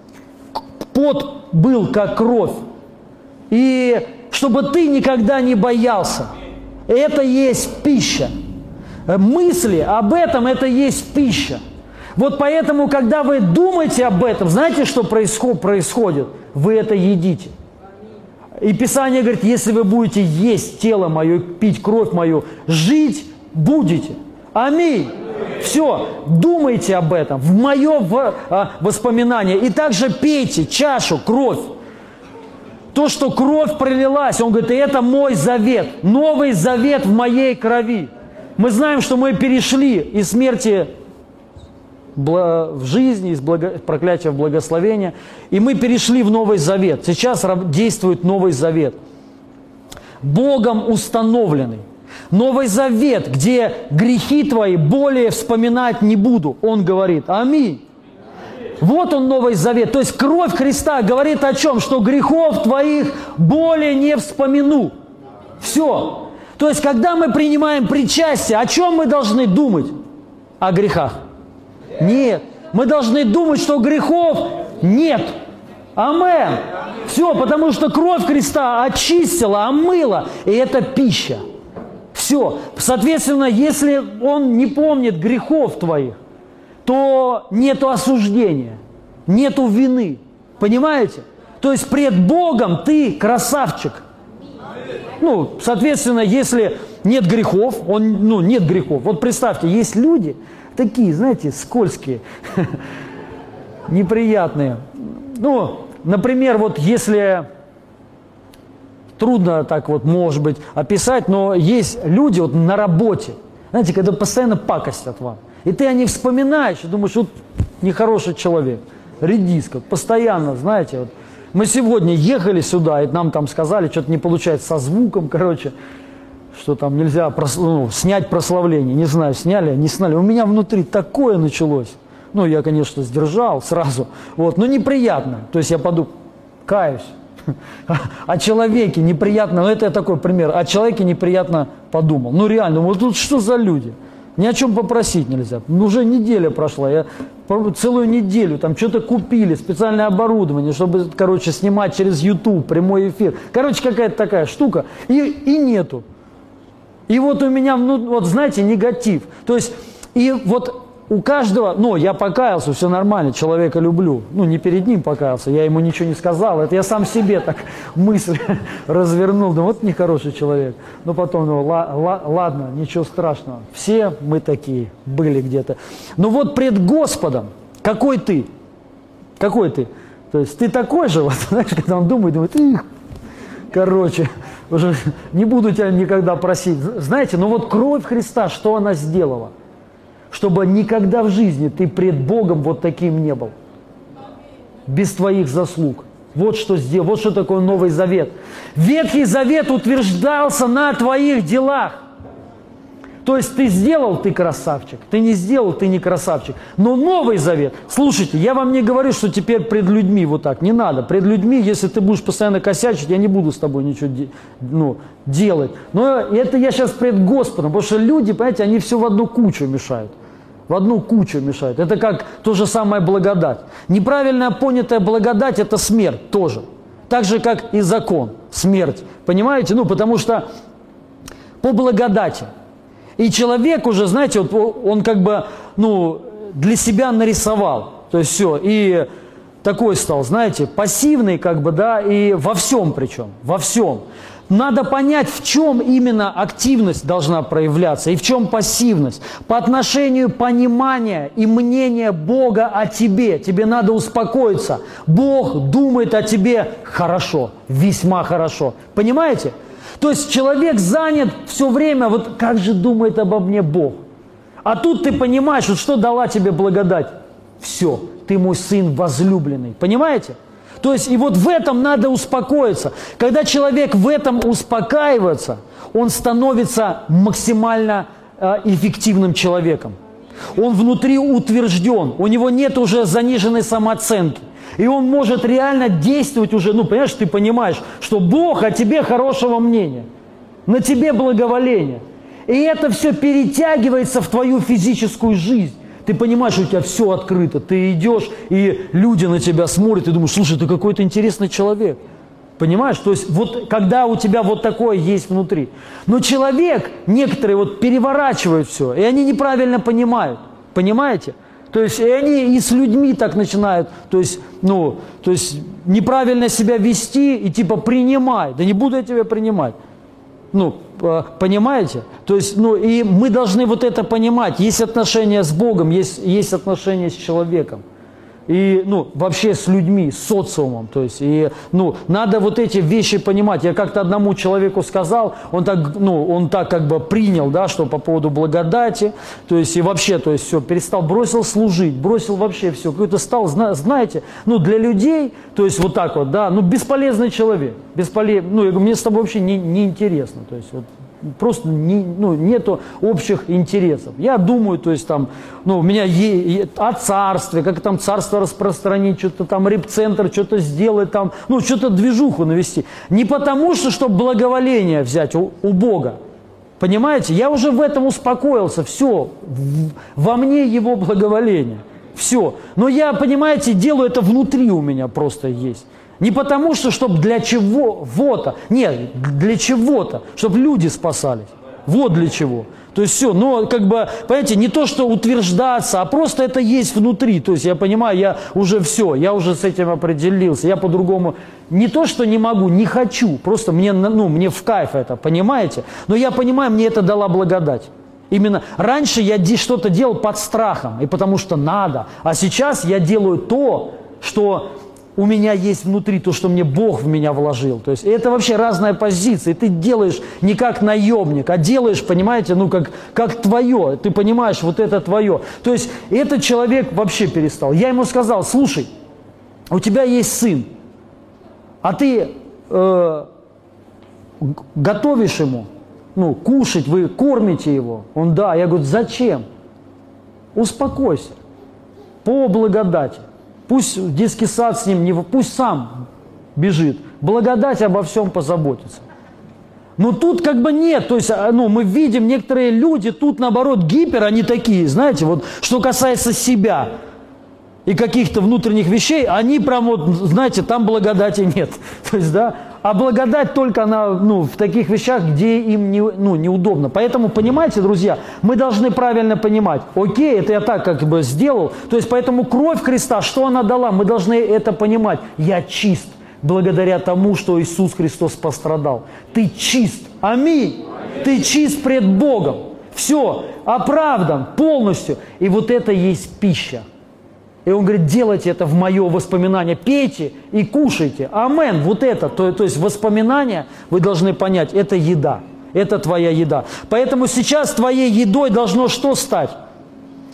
Пот был, как кровь. И чтобы ты никогда не боялся. Это есть пища. Мысли об этом – это есть пища. Вот поэтому, когда вы думаете об этом, знаете, что происходит? Вы это едите. И Писание говорит, если вы будете есть тело мое, пить кровь мою, жить будете. Аминь. Все, думайте об этом, в мое воспоминание. И также пейте чашу, кровь. То, что кровь пролилась, он говорит, и это мой завет, новый завет в моей крови. Мы знаем, что мы перешли из смерти в жизни, из благо... проклятия в благословение, и мы перешли в Новый Завет. Сейчас действует Новый Завет. Богом установленный. Новый Завет, где грехи твои более вспоминать не буду. Он говорит, аминь. Вот он, Новый Завет. То есть кровь Христа говорит о чем? Что грехов твоих более не вспомину. Все. То есть, когда мы принимаем причастие, о чем мы должны думать? О грехах. Нет. Мы должны думать, что грехов нет. Амен. Все, потому что кровь Христа очистила, омыла. И это пища. Все. Соответственно, если Он не помнит грехов твоих, то нету осуждения, нету вины. Понимаете? То есть пред Богом ты красавчик. Ну, соответственно, если нет грехов, он, ну, нет грехов. Вот представьте, есть люди такие, знаете, скользкие, неприятные. Ну, например, вот если... Трудно так вот, может быть, описать, но есть люди вот на работе, знаете, когда постоянно пакостят вам. И ты о них вспоминаешь и думаешь, вот нехороший человек, редиска, постоянно, знаете. Вот. Мы сегодня ехали сюда, и нам там сказали, что-то не получается со звуком, короче, что там нельзя прос... ну, снять прославление. Не знаю, сняли, не сняли. У меня внутри такое началось. Ну, я, конечно, сдержал сразу, вот, но неприятно. То есть я подумал, каюсь. О человеке неприятно, ну это я такой пример, о человеке неприятно подумал. Ну реально, вот тут что за люди? Ни о чем попросить нельзя. Ну, уже неделя прошла, я целую неделю там что-то купили, специальное оборудование, чтобы, короче, снимать через YouTube прямой эфир. Короче, какая-то такая штука, и, и нету. И вот у меня, ну, вот знаете, негатив. То есть, и вот у каждого, ну, я покаялся, все нормально, человека люблю. Ну, не перед ним покаялся, я ему ничего не сказал. Это я сам себе так мысль развернул. Да вот нехороший человек. Но потом, ну, ладно, ничего страшного. Все мы такие были где-то. Но вот пред Господом, какой ты? Какой ты? То есть ты такой же, вот, знаешь, когда он думает, думает, их, короче, уже не буду тебя никогда просить. Знаете, ну вот кровь Христа, что она сделала? Чтобы никогда в жизни ты пред Богом вот таким не был. Без твоих заслуг. Вот что сделал, вот что такое Новый Завет. Ветхий Завет утверждался на твоих делах. То есть ты сделал, ты красавчик. Ты не сделал, ты не красавчик. Но Новый Завет, слушайте, я вам не говорю, что теперь пред людьми вот так. Не надо. Пред людьми, если ты будешь постоянно косячить, я не буду с тобой ничего де ну, делать. Но это я сейчас пред Господом. Потому что люди, понимаете, они все в одну кучу мешают. В одну кучу мешают. Это как то же самое благодать. Неправильно понятая благодать – это смерть тоже. Так же, как и закон. Смерть. Понимаете? Ну, потому что по благодати. И человек уже, знаете, вот он как бы, ну, для себя нарисовал. То есть все. И такой стал, знаете, пассивный как бы, да, и во всем причем. Во всем. Надо понять, в чем именно активность должна проявляться и в чем пассивность. По отношению понимания и мнения Бога о тебе. Тебе надо успокоиться. Бог думает о тебе хорошо, весьма хорошо. Понимаете? То есть человек занят все время, вот как же думает обо мне Бог. А тут ты понимаешь, вот что дала тебе благодать. Все, ты мой сын возлюбленный. Понимаете? То есть и вот в этом надо успокоиться. Когда человек в этом успокаивается, он становится максимально э, эффективным человеком. Он внутри утвержден, у него нет уже заниженной самооценки. И он может реально действовать уже, ну, понимаешь, ты понимаешь, что Бог о тебе хорошего мнения, на тебе благоволение. И это все перетягивается в твою физическую жизнь. Ты понимаешь, что у тебя все открыто. Ты идешь, и люди на тебя смотрят, и думаешь, слушай, ты какой-то интересный человек. Понимаешь? То есть вот когда у тебя вот такое есть внутри. Но человек, некоторые вот переворачивают все, и они неправильно понимают. Понимаете? То есть и они и с людьми так начинают, то есть, ну, то есть неправильно себя вести и типа принимай. Да не буду я тебя принимать. Ну, понимаете? То есть, ну, и мы должны вот это понимать. Есть отношения с Богом, есть, есть отношения с человеком. И, ну, вообще с людьми, с социумом. То есть, и, ну, надо вот эти вещи понимать. Я как-то одному человеку сказал, он так, ну, он так как бы принял, да, что по поводу благодати, то есть, и вообще, то есть, все, перестал, бросил служить, бросил вообще все, какой-то стал, знаете, ну, для людей, то есть, вот так вот, да, ну, бесполезный человек, бесполезный, ну, я говорю, мне с тобой вообще не, не интересно, то есть, вот. Просто не, ну, нету общих интересов. Я думаю, то есть там, ну, у меня е, о царстве, как там царство распространить, что-то там репцентр, что-то сделать там, ну, что-то движуху навести. Не потому что, чтобы благоволение взять у, у Бога. Понимаете? Я уже в этом успокоился. Все. В, во мне его благоволение. Все. Но я, понимаете, делаю это внутри у меня просто есть. Не потому что, чтобы для чего-то, нет, для чего-то, чтобы люди спасались. Вот для чего. То есть все, но как бы, понимаете, не то, что утверждаться, а просто это есть внутри. То есть я понимаю, я уже все, я уже с этим определился, я по-другому, не то, что не могу, не хочу, просто мне, ну, мне в кайф это, понимаете? Но я понимаю, мне это дала благодать. Именно раньше я что-то делал под страхом, и потому что надо, а сейчас я делаю то, что... У меня есть внутри то, что мне Бог в меня вложил. То есть это вообще разная позиция. И ты делаешь не как наемник, а делаешь, понимаете, ну как, как твое. Ты понимаешь, вот это твое. То есть этот человек вообще перестал. Я ему сказал, слушай, у тебя есть сын, а ты э, готовишь ему, ну, кушать, вы кормите его. Он, да. Я говорю, зачем? Успокойся. По благодати. Пусть детский сад с ним, не, пусть сам бежит. Благодать обо всем позаботится. Но тут как бы нет. То есть, ну, мы видим, некоторые люди тут, наоборот, гипер, они такие, знаете, вот, что касается себя и каких-то внутренних вещей, они прям вот, знаете, там благодати нет. То есть, да, а благодать только она, ну, в таких вещах, где им не, ну, неудобно. Поэтому, понимаете, друзья, мы должны правильно понимать. Окей, это я так как бы сделал. То есть, поэтому кровь Христа, что она дала, мы должны это понимать. Я чист благодаря тому, что Иисус Христос пострадал. Ты чист. Аминь. Аминь. Ты чист пред Богом. Все, оправдан полностью. И вот это есть пища. И он говорит, делайте это в мое воспоминание, пейте и кушайте. Амен. Вот это, то, то есть воспоминания, вы должны понять, это еда. Это твоя еда. Поэтому сейчас твоей едой должно что стать?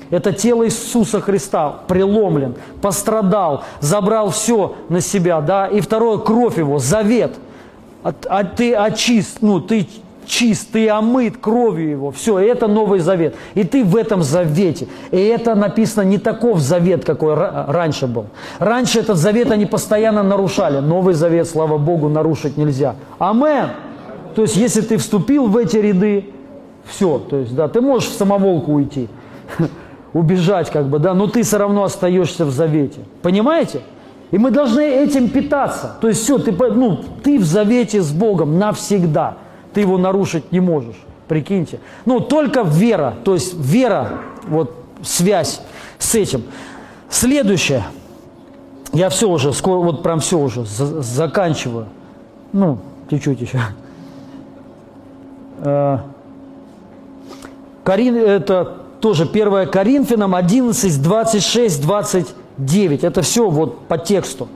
Это тело Иисуса Христа преломлен, пострадал, забрал все на себя, да. И второе, кровь Его, завет. А, а ты очист, ну, ты чист, ты омыт кровью Его. Все, это Новый Завет. И ты в этом завете. И это написано не таков завет, какой раньше был. Раньше этот завет они постоянно нарушали. Новый Завет, слава Богу, нарушить нельзя. Амен. То есть, если ты вступил в эти ряды, все, то есть, да, ты можешь в самоволку уйти, убежать, как бы, да, но ты все равно остаешься в завете. Понимаете? И мы должны этим питаться. То есть, все, ты, ну, ты в завете с Богом навсегда. Ты его нарушить не можешь. Прикиньте. Ну, только вера. То есть, вера, вот, связь с этим. Следующее. Я все уже, скоро, вот прям все уже за, заканчиваю. Ну, чуть-чуть еще. Корин, это тоже первое Коринфянам одиннадцать, двадцать шесть, двадцать девять. Это все вот по тексту.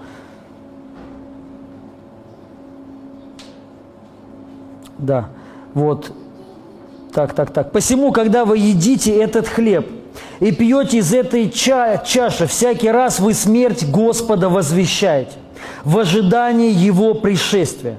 Да, вот. Так, так, так. «Посему, когда вы едите этот хлеб и пьете из этой ча чаши, всякий раз вы смерть Господа возвещаете в ожидании Его пришествия.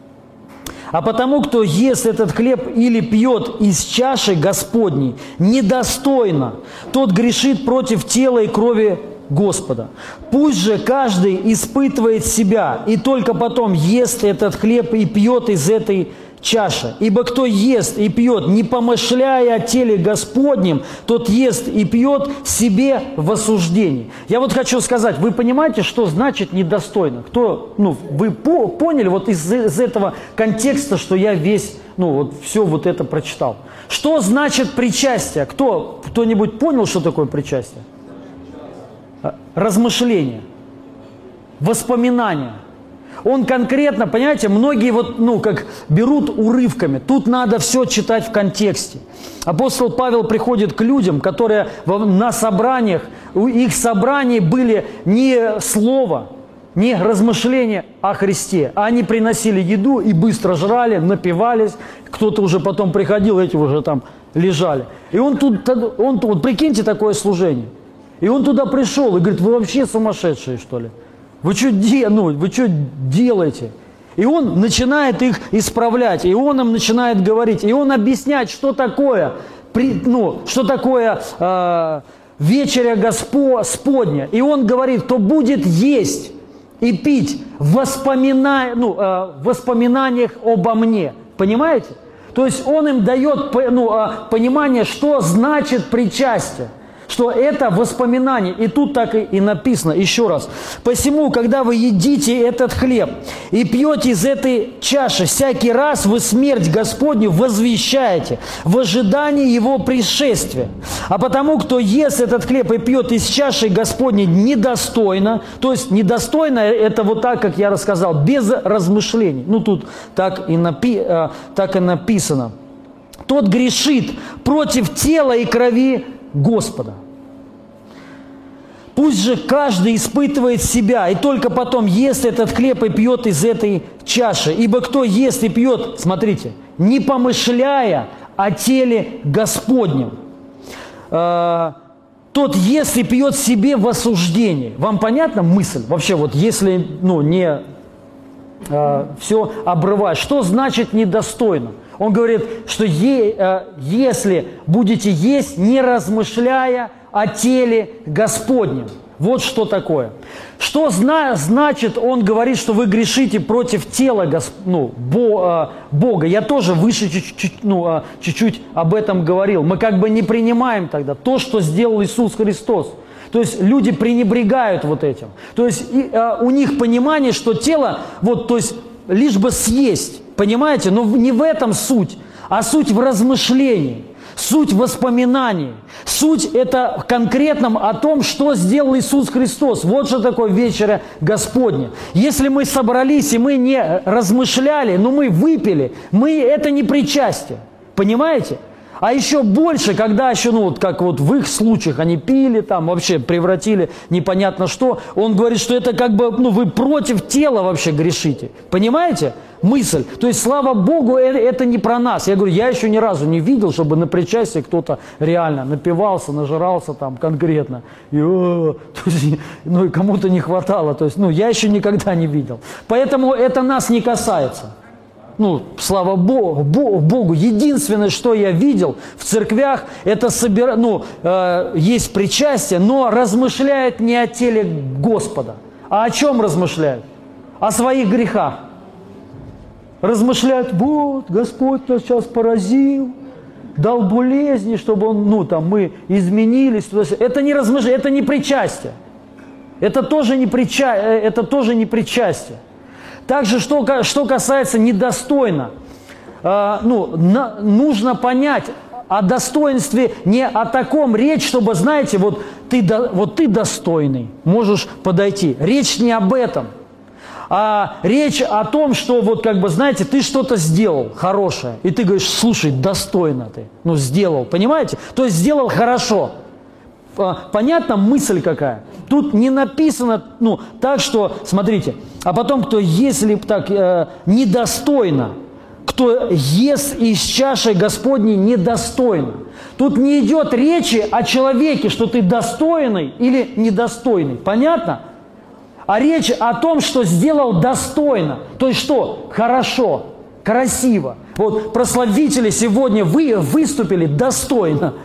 А потому, кто ест этот хлеб или пьет из чаши Господней недостойно, тот грешит против тела и крови Господа. Пусть же каждый испытывает себя, и только потом ест этот хлеб и пьет из этой чаши. Ибо кто ест и пьет, не помышляя о теле Господнем, тот ест и пьет себе в осуждении». Я вот хочу сказать, вы понимаете, что значит недостойно? Кто, ну, вы по поняли вот из, из этого контекста, что я весь, ну, вот все вот это прочитал. Что значит причастие? Кто, кто-нибудь понял, что такое причастие? Размышление, воспоминания. Он конкретно, понимаете, многие вот, ну, как берут урывками. Тут надо все читать в контексте. Апостол Павел приходит к людям, которые на собраниях, у их собраний были не слово, не размышления о Христе, а они приносили еду и быстро жрали, напивались. Кто-то уже потом приходил, эти уже там лежали. И он тут, он тут, прикиньте, такое служение. И он туда пришел и говорит: вы вообще сумасшедшие, что ли? Вы что, де, ну, вы что делаете? И он начинает их исправлять, и он им начинает говорить, и он объясняет, что такое, при, ну, что такое э, вечеря Господня. И он говорит, кто будет есть и пить в воспомина... ну, э, воспоминаниях обо мне. Понимаете? То есть он им дает, ну, э, понимание, что значит причастие. Что это воспоминание. И тут так и, и написано, еще раз. «Посему, когда вы едите этот хлеб и пьете из этой чаши, всякий раз вы смерть Господню возвещаете в ожидании Его пришествия. А потому, кто ест этот хлеб и пьет из чаши Господней недостойно», то есть недостойно, это вот так, как я рассказал, без размышлений. Ну, тут так и, напи, э, так и написано. «Тот грешит против тела и крови Господа. Пусть же каждый испытывает себя, и только потом ест этот хлеб и пьет из этой чаши. Ибо кто ест и пьет, смотрите, не помышляя о теле Господнем, э, тот ест и пьет себе в осуждении». Вам понятна мысль? Вообще, вот если, ну, не э, все обрывать, что значит недостойно? Он говорит, что е, э, если будете есть, не размышляя о теле Господнем. Вот что такое. Что зна, значит, он говорит, что вы грешите против тела Госп, ну, Бо, э, Бога. Я тоже выше чуть-чуть, ну, э, чуть-чуть об этом говорил. Мы как бы не принимаем тогда то, что сделал Иисус Христос. То есть люди пренебрегают вот этим. То есть и, э, у них понимание, что тело, вот, то есть лишь бы съесть. Понимаете? Но не в этом суть, а суть в размышлении, суть в воспоминании. Суть это конкретном о том, что сделал Иисус Христос. Вот что такое вечеря Господня. Если мы собрались и мы не размышляли, но мы выпили, мы, это не причастие. Понимаете? А еще больше, когда еще, ну вот как вот в их случаях они пили, там вообще превратили непонятно что, он говорит, что это как бы, ну вы против тела вообще грешите. Понимаете? Мысль. То есть, слава Богу, это, это не про нас. Я говорю, я еще ни разу не видел, чтобы на причастии кто-то реально напивался, нажирался там конкретно. И, о, то есть, ну и кому-то не хватало. То есть, ну я еще никогда не видел. Поэтому это нас не касается. Ну, слава Богу, Богу, единственное, что я видел в церквях, это собира... ну, э, есть причастие, но размышляют не о теле Господа. А о чем размышляют? О своих грехах. Размышляют, вот, Господь нас сейчас поразил, дал болезни, чтобы он, ну, там, мы изменились. Это не размышление, это не причастие. Это тоже не, прича... это тоже не причастие. Также, что, что касается недостойно, э, ну, на, нужно понять о достоинстве, не о таком речь, чтобы, знаете, вот ты, до, вот ты достойный, можешь подойти. Речь не об этом, а речь о том, что вот как бы, знаете, ты что-то сделал хорошее, и ты говоришь, слушай, достойно ты, ну, сделал, понимаете? То есть сделал хорошо. Понятна мысль какая? Тут не написано, ну, так что, смотрите, а потом, кто, если так э, недостойно, кто ест из чаши Господней недостойно. Тут не идет речи о человеке, что ты достойный или недостойный. Понятно? А речь о том, что сделал достойно. То есть что? Хорошо, красиво. Вот прославители сегодня вы выступили достойно.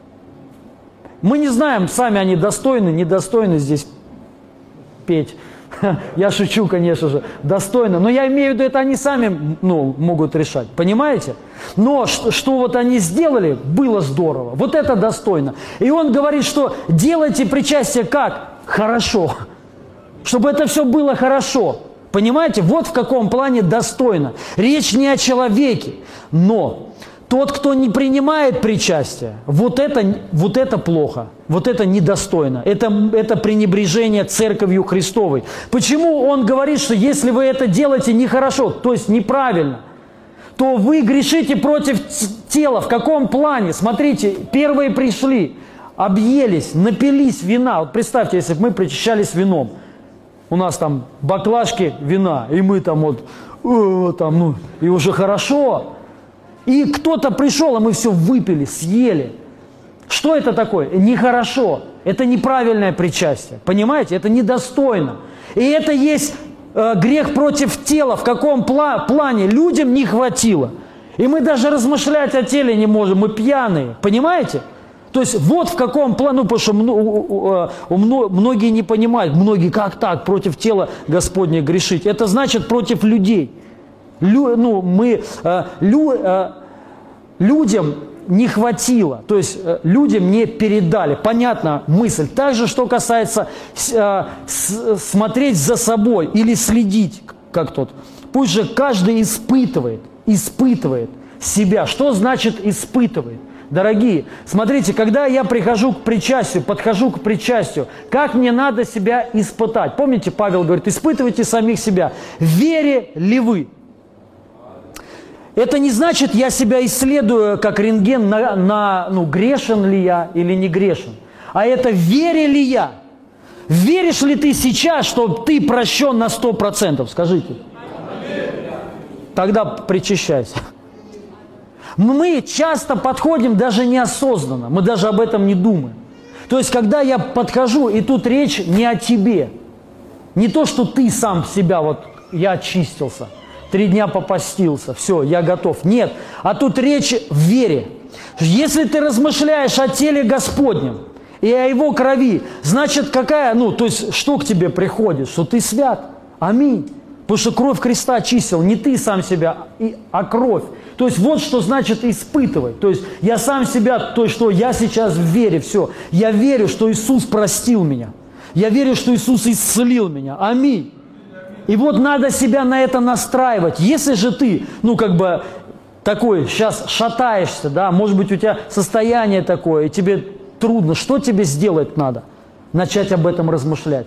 Мы не знаем, сами они достойны, недостойны здесь петь. Я шучу, конечно же, достойно. Но я имею в виду, это они сами, ну, могут решать. Понимаете? Но что, что вот они сделали, было здорово. Вот это достойно. И он говорит, что делайте причастие как? Хорошо. Чтобы это все было хорошо. Понимаете? Вот в каком плане достойно. Речь не о человеке. Но тот, кто не принимает причастие, вот это, вот это плохо, вот это недостойно, это, это пренебрежение Церковью Христовой. Почему он говорит, что если вы это делаете нехорошо, то есть неправильно, то вы грешите против тела. В каком плане? Смотрите, первые пришли, объелись, напились вина. Вот представьте, если бы мы причащались вином, у нас там баклажки вина, и мы там вот, о, там, ну, и уже хорошо. И кто-то пришел, а мы все выпили, съели. Что это такое? Нехорошо. Это неправильное причастие. Понимаете? Это недостойно. И это есть э, грех против тела. В каком пла плане? Людям не хватило. И мы даже размышлять о теле не можем. Мы пьяные. Понимаете? То есть вот в каком плане, ну, потому что у, у, у, многие не понимают, многие, как так, против тела Господня грешить. Это значит против людей. Лю, ну, мы, э, лю, э, людям не хватило, то есть э, людям не передали. Понятна мысль. Также, что касается э, с, смотреть за собой или следить, как тот. Пусть же каждый испытывает, испытывает себя. Что значит испытывает? Дорогие, смотрите, когда я прихожу к причастию, подхожу к причастию, как мне надо себя испытать? Помните, Павел говорит, испытывайте самих себя. В вере ли вы? Это не значит, я себя исследую, как рентген, на, на, ну, грешен ли я или не грешен. А это вере ли я? Веришь ли ты сейчас, что ты прощен на сто процентов? Скажите. Тогда причащайся. Мы часто подходим даже неосознанно, мы даже об этом не думаем. То есть, когда я подхожу, и тут речь не о тебе. Не то, что ты сам себя, вот, я очистился. Три дня попастился, все, я готов. Нет, а тут речь в вере. Если ты размышляешь о теле Господнем и о Его крови, значит, какая, ну, то есть, что к тебе приходит? Что ты свят. Аминь. Потому что кровь Христа очистил, не ты сам себя, а кровь. То есть, вот что значит испытывать. То есть, я сам себя, то есть, что я сейчас в вере, все. Я верю, что Иисус простил меня. Я верю, что Иисус исцелил меня. Аминь. И вот надо себя на это настраивать. Если же ты, ну, как бы, такой, сейчас шатаешься, да, может быть, у тебя состояние такое, и тебе трудно, что тебе сделать надо? Начать об этом размышлять.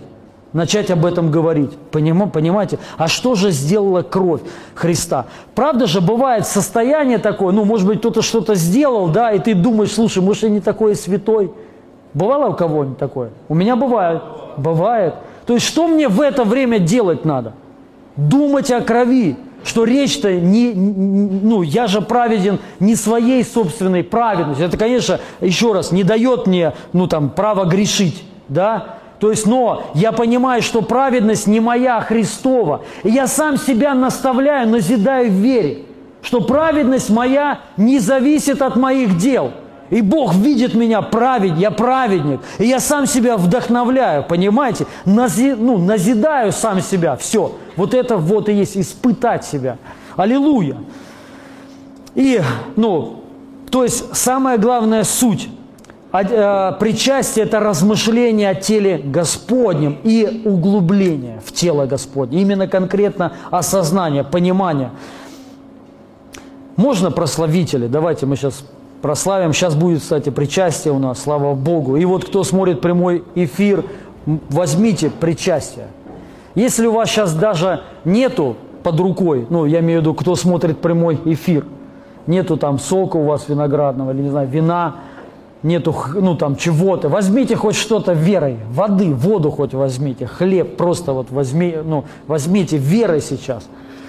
начать об этом говорить. Понимаете? А что же сделала кровь Христа? Правда же, бывает состояние такое, ну, может быть, кто-то что-то сделал, да, и ты думаешь, слушай, может, я не такой святой. Бывало у кого-нибудь такое? У меня бывает. Бывает. То есть, что мне в это время делать надо? Думать о крови. Что речь-то не, ну, я же праведен не своей собственной праведностью. Это, конечно, еще раз, не дает мне, ну, там, права грешить, да? То есть, но я понимаю, что праведность не моя, а Христова. И я сам себя наставляю, назидаю в вере, что праведность моя не зависит от моих дел. И Бог видит меня праведник, я праведник. И я сам себя вдохновляю, понимаете? Нази, ну, назидаю сам себя, все. Вот это вот и есть испытать себя. Аллилуйя. И, ну, то есть, самая главная суть причастие – это размышление о теле Господнем и углубление в тело Господне. Именно конкретно осознание, понимание. Можно прославители? Давайте мы сейчас прославим. Сейчас будет, кстати, причастие у нас, слава Богу. И вот кто смотрит прямой эфир, возьмите причастие. Если у вас сейчас даже нету под рукой, ну, я имею в виду, кто смотрит прямой эфир, нету там сока у вас виноградного, или, не знаю, вина, нету, ну, там, чего-то, возьмите хоть что-то верой, воды, воду хоть возьмите, хлеб просто вот возьми, ну, возьмите верой сейчас.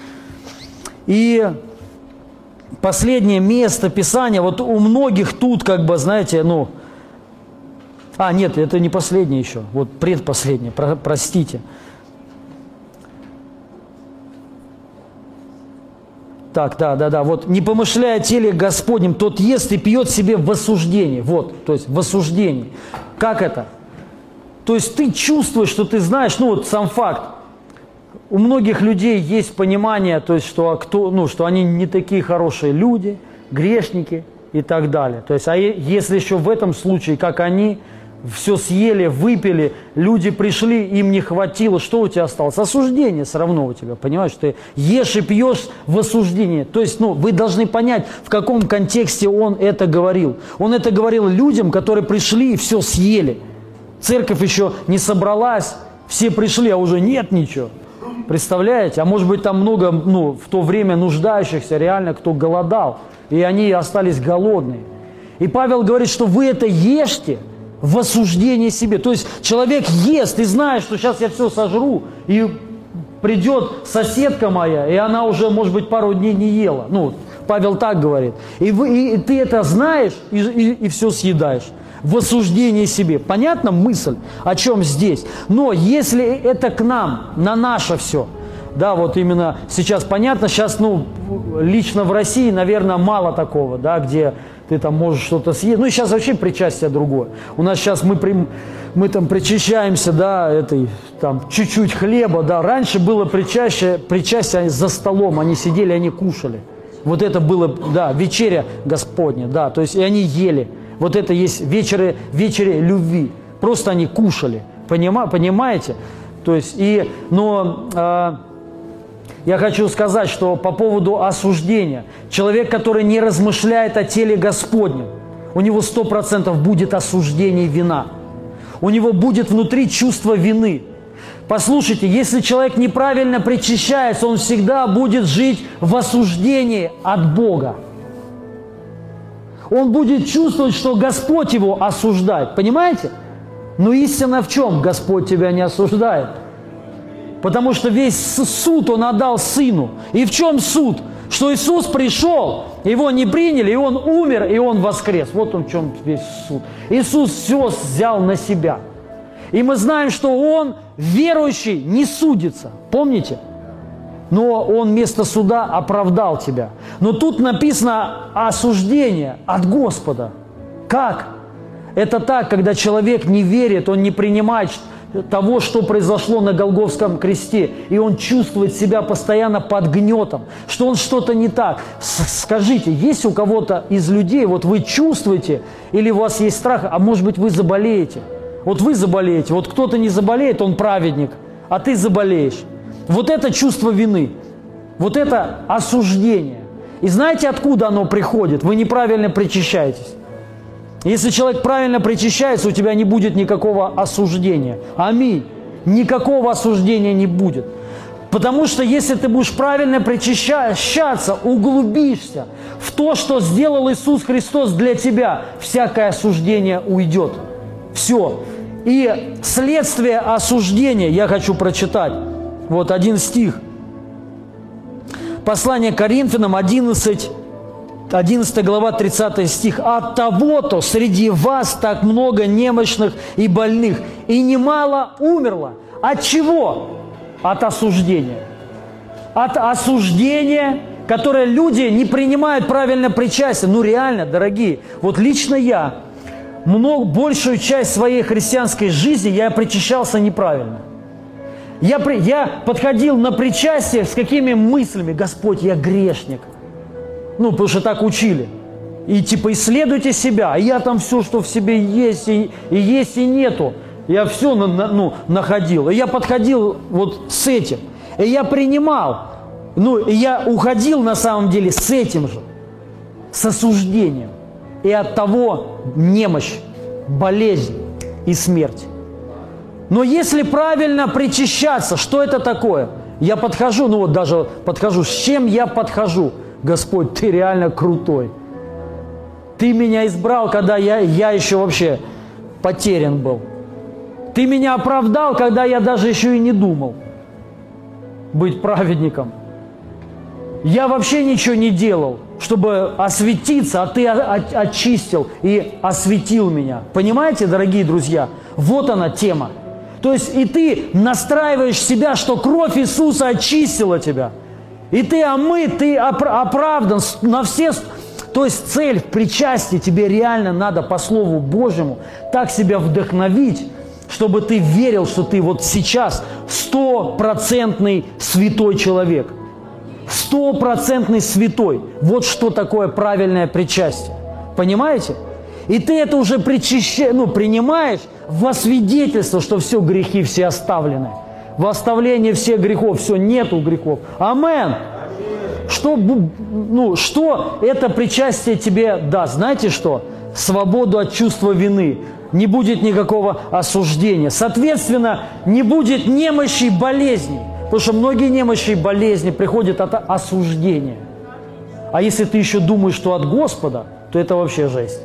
И последнее место Писания, вот у многих тут, как бы, знаете, ну, а, нет, это не последнее еще, вот предпоследнее, про, простите. Так, да, да, да, вот, не помышляя о теле Господнем, тот ест и пьет себе в осуждении, вот, то есть в осуждении. Как это? То есть ты чувствуешь, что ты знаешь, ну вот сам факт, у многих людей есть понимание, то есть, что, кто, ну, что они не такие хорошие люди, грешники и так далее. То есть, а если еще в этом случае, как они, все съели, выпили, люди пришли, им не хватило, что у тебя осталось? Осуждение все равно у тебя, понимаешь? Ты ешь и пьешь в осуждении. То есть, ну, вы должны понять, в каком контексте он это говорил. Он это говорил людям, которые пришли и все съели. Церковь еще не собралась, все пришли, а уже нет ничего. Представляете? А может быть, там много, ну, в то время нуждающихся, реально, кто голодал, и они остались голодные. И Павел говорит, что вы это ешьте в осуждении себе. То есть человек ест и знает, что сейчас я все сожру, и придет соседка моя, и она уже, может быть, пару дней не ела. Ну, Павел так говорит. И, вы, и ты это знаешь, и, и, и все съедаешь. В осуждении себе. Понятна мысль, о чем здесь? Но если это к нам, на наше все, да, вот именно сейчас понятно, сейчас, ну, лично в России, наверное, мало такого, да, где ты там можешь что-то съесть. Ну, и сейчас вообще причастие другое. У нас сейчас мы, при, мы там причащаемся, да, этой, там, чуть-чуть хлеба, да. Раньше было причастие, причастие за столом, они сидели, они кушали. Вот это было, да, вечеря Господня, да, то есть и они ели. Вот это есть вечеры, вечери любви. Просто они кушали. Понима, понимаете? То есть, и, но э, я хочу сказать, что по поводу осуждения. Человек, который не размышляет о теле Господнем, у него сто процентов будет осуждение вина. У него будет внутри чувство вины. Послушайте, если человек неправильно причащается, он всегда будет жить в осуждении от Бога. Он будет чувствовать, что Господь его осуждает. Понимаете? Но истина в чем? Господь тебя не осуждает. Потому что весь суд Он отдал Сыну. И в чем суд? Что Иисус пришел, Его не приняли, и Он умер, и Он воскрес. Вот он в чем весь суд. Иисус все взял на себя. И мы знаем, что Он, верующий, не судится. Помните? Но Он вместо суда оправдал тебя. Но тут написано осуждение от Господа. Как? Это так, когда человек не верит, он не принимает того, что произошло на Голгофском кресте, и он чувствует себя постоянно под гнетом, что он что-то не так. Скажите, есть у кого-то из людей, вот вы чувствуете, или у вас есть страх, а может быть вы заболеете? Вот вы заболеете, вот кто-то не заболеет, он праведник, а ты заболеешь. Вот это чувство вины, вот это осуждение. И знаете, откуда оно приходит? Вы неправильно причащаетесь. Если человек правильно причащается, у тебя не будет никакого осуждения. Аминь. никакого осуждения не будет. Потому что если ты будешь правильно причащаться, углубишься в то, что сделал Иисус Христос для тебя, всякое осуждение уйдет. Все. И следствие осуждения я хочу прочитать. Вот один стих. Послание к Коринфянам, одиннадцать, одиннадцатая глава, тридцатый стих. «От того-то среди вас так много немощных и больных, и немало умерло». От чего? От осуждения. От осуждения, которое люди не принимают правильно причастие. Ну реально, дорогие, вот лично я, много, большую часть своей христианской жизни я причащался неправильно. Я, я подходил на причастие с какими мыслями? Господь, я грешник. Ну, потому что так учили. И типа исследуйте себя, а я там все, что в себе есть, и, и есть, и нету. Я все на, на, ну, находил. И я подходил вот с этим. И я принимал. Ну, и я уходил на самом деле с этим же. С осуждением. И от того немощь, болезнь и смерть. Но если правильно причащаться, что это такое? Я подхожу, ну вот даже подхожу. С чем я подхожу? Господь, Ты реально крутой. Ты меня избрал, когда я, я еще вообще потерян был. Ты меня оправдал, когда я даже еще и не думал быть праведником. Я вообще ничего не делал, чтобы осветиться, а Ты очистил и осветил меня. Понимаете, дорогие друзья? Вот она тема. То есть и ты настраиваешь себя, что кровь Иисуса очистила тебя. И ты омыт, ты оправдан на все... То есть цель в причастии, тебе реально надо по Слову Божьему так себя вдохновить, чтобы ты верил, что ты вот сейчас стопроцентный святой человек. Стопроцентный святой. Вот что такое правильное причастие. Понимаете? И ты это уже причащаешь, ну, принимаешь во свидетельство, что все грехи все оставлены. Во оставлении всех грехов, все, нету грехов. Амен. Что, ну, что это причастие тебе даст? Знаете что? Свободу от чувства вины. Не будет никакого осуждения. Соответственно, не будет немощи и болезней. Потому что многие немощи и болезни приходят от осуждения. А если ты еще думаешь, что от Господа, то это вообще жесть.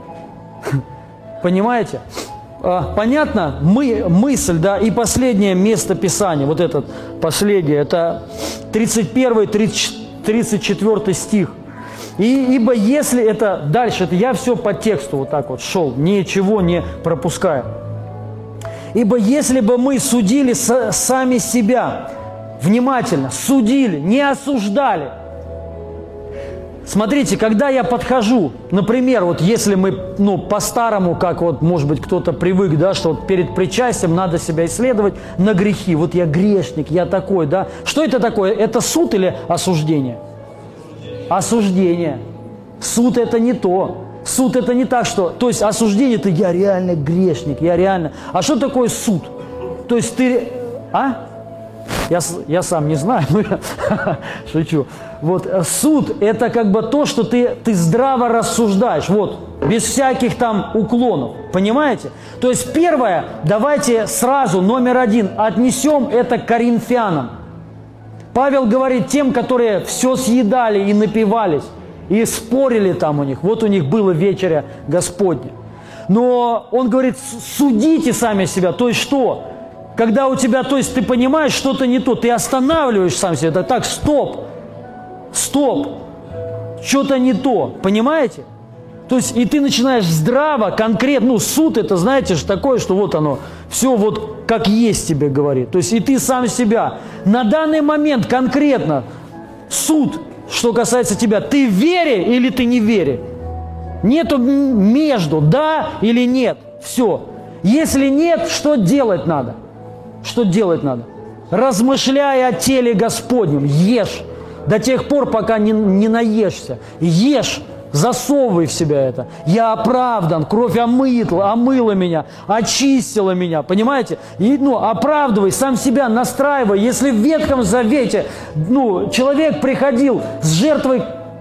Понимаете? Понятно? Мы, мысль, да, и последнее место Писания, вот это последнее, это тридцать первый тридцать четвёртый стих. И, ибо если это дальше, это я все по тексту вот так вот шел, ничего не пропуская. Ибо если бы мы судили с, сами себя, внимательно, судили, не осуждали. Смотрите, когда я подхожу, например, вот если мы, ну, по-старому, как вот, может быть, кто-то привык, да, что вот перед причастием надо себя исследовать на грехи. Вот я грешник, я такой, да. Что это такое? Это суд или осуждение? Осуждение. Суд – это не то. Суд – это не так, что... То есть осуждение – это я реально грешник, я реально... А что такое суд? То есть ты... А? Я, я сам не знаю, но я шучу. Вот, суд – это как бы то, что ты, ты здраво рассуждаешь, вот, без всяких там уклонов, понимаете? То есть первое, давайте сразу, номер один, отнесем это к коринфянам. Павел говорит тем, которые все съедали и напивались, и спорили там у них, вот у них было вечеря Господня. Но он говорит, судите сами себя, то есть что? Когда у тебя, то есть ты понимаешь, что-то не то, ты останавливаешь сам себя, это так, стоп, стоп, что-то не то, понимаете? То есть и ты начинаешь здраво, конкретно, ну суд это, знаете, же такое, что вот оно, все вот как есть тебе говорит. То есть и ты сам себя, на данный момент конкретно, суд, что касается тебя, ты в вере или ты не в вере? Нету между, да или нет, все. Если нет, что делать надо? Что делать надо? Размышляя о теле Господнем, ешь. До тех пор, пока не, не наешься. Ешь, засовывай в себя это. Я оправдан, кровь омыла, омыла меня, очистила меня. Понимаете? И, ну, оправдывай, сам себя настраивай. Если в Ветхом Завете, ну, человек приходил с жертвой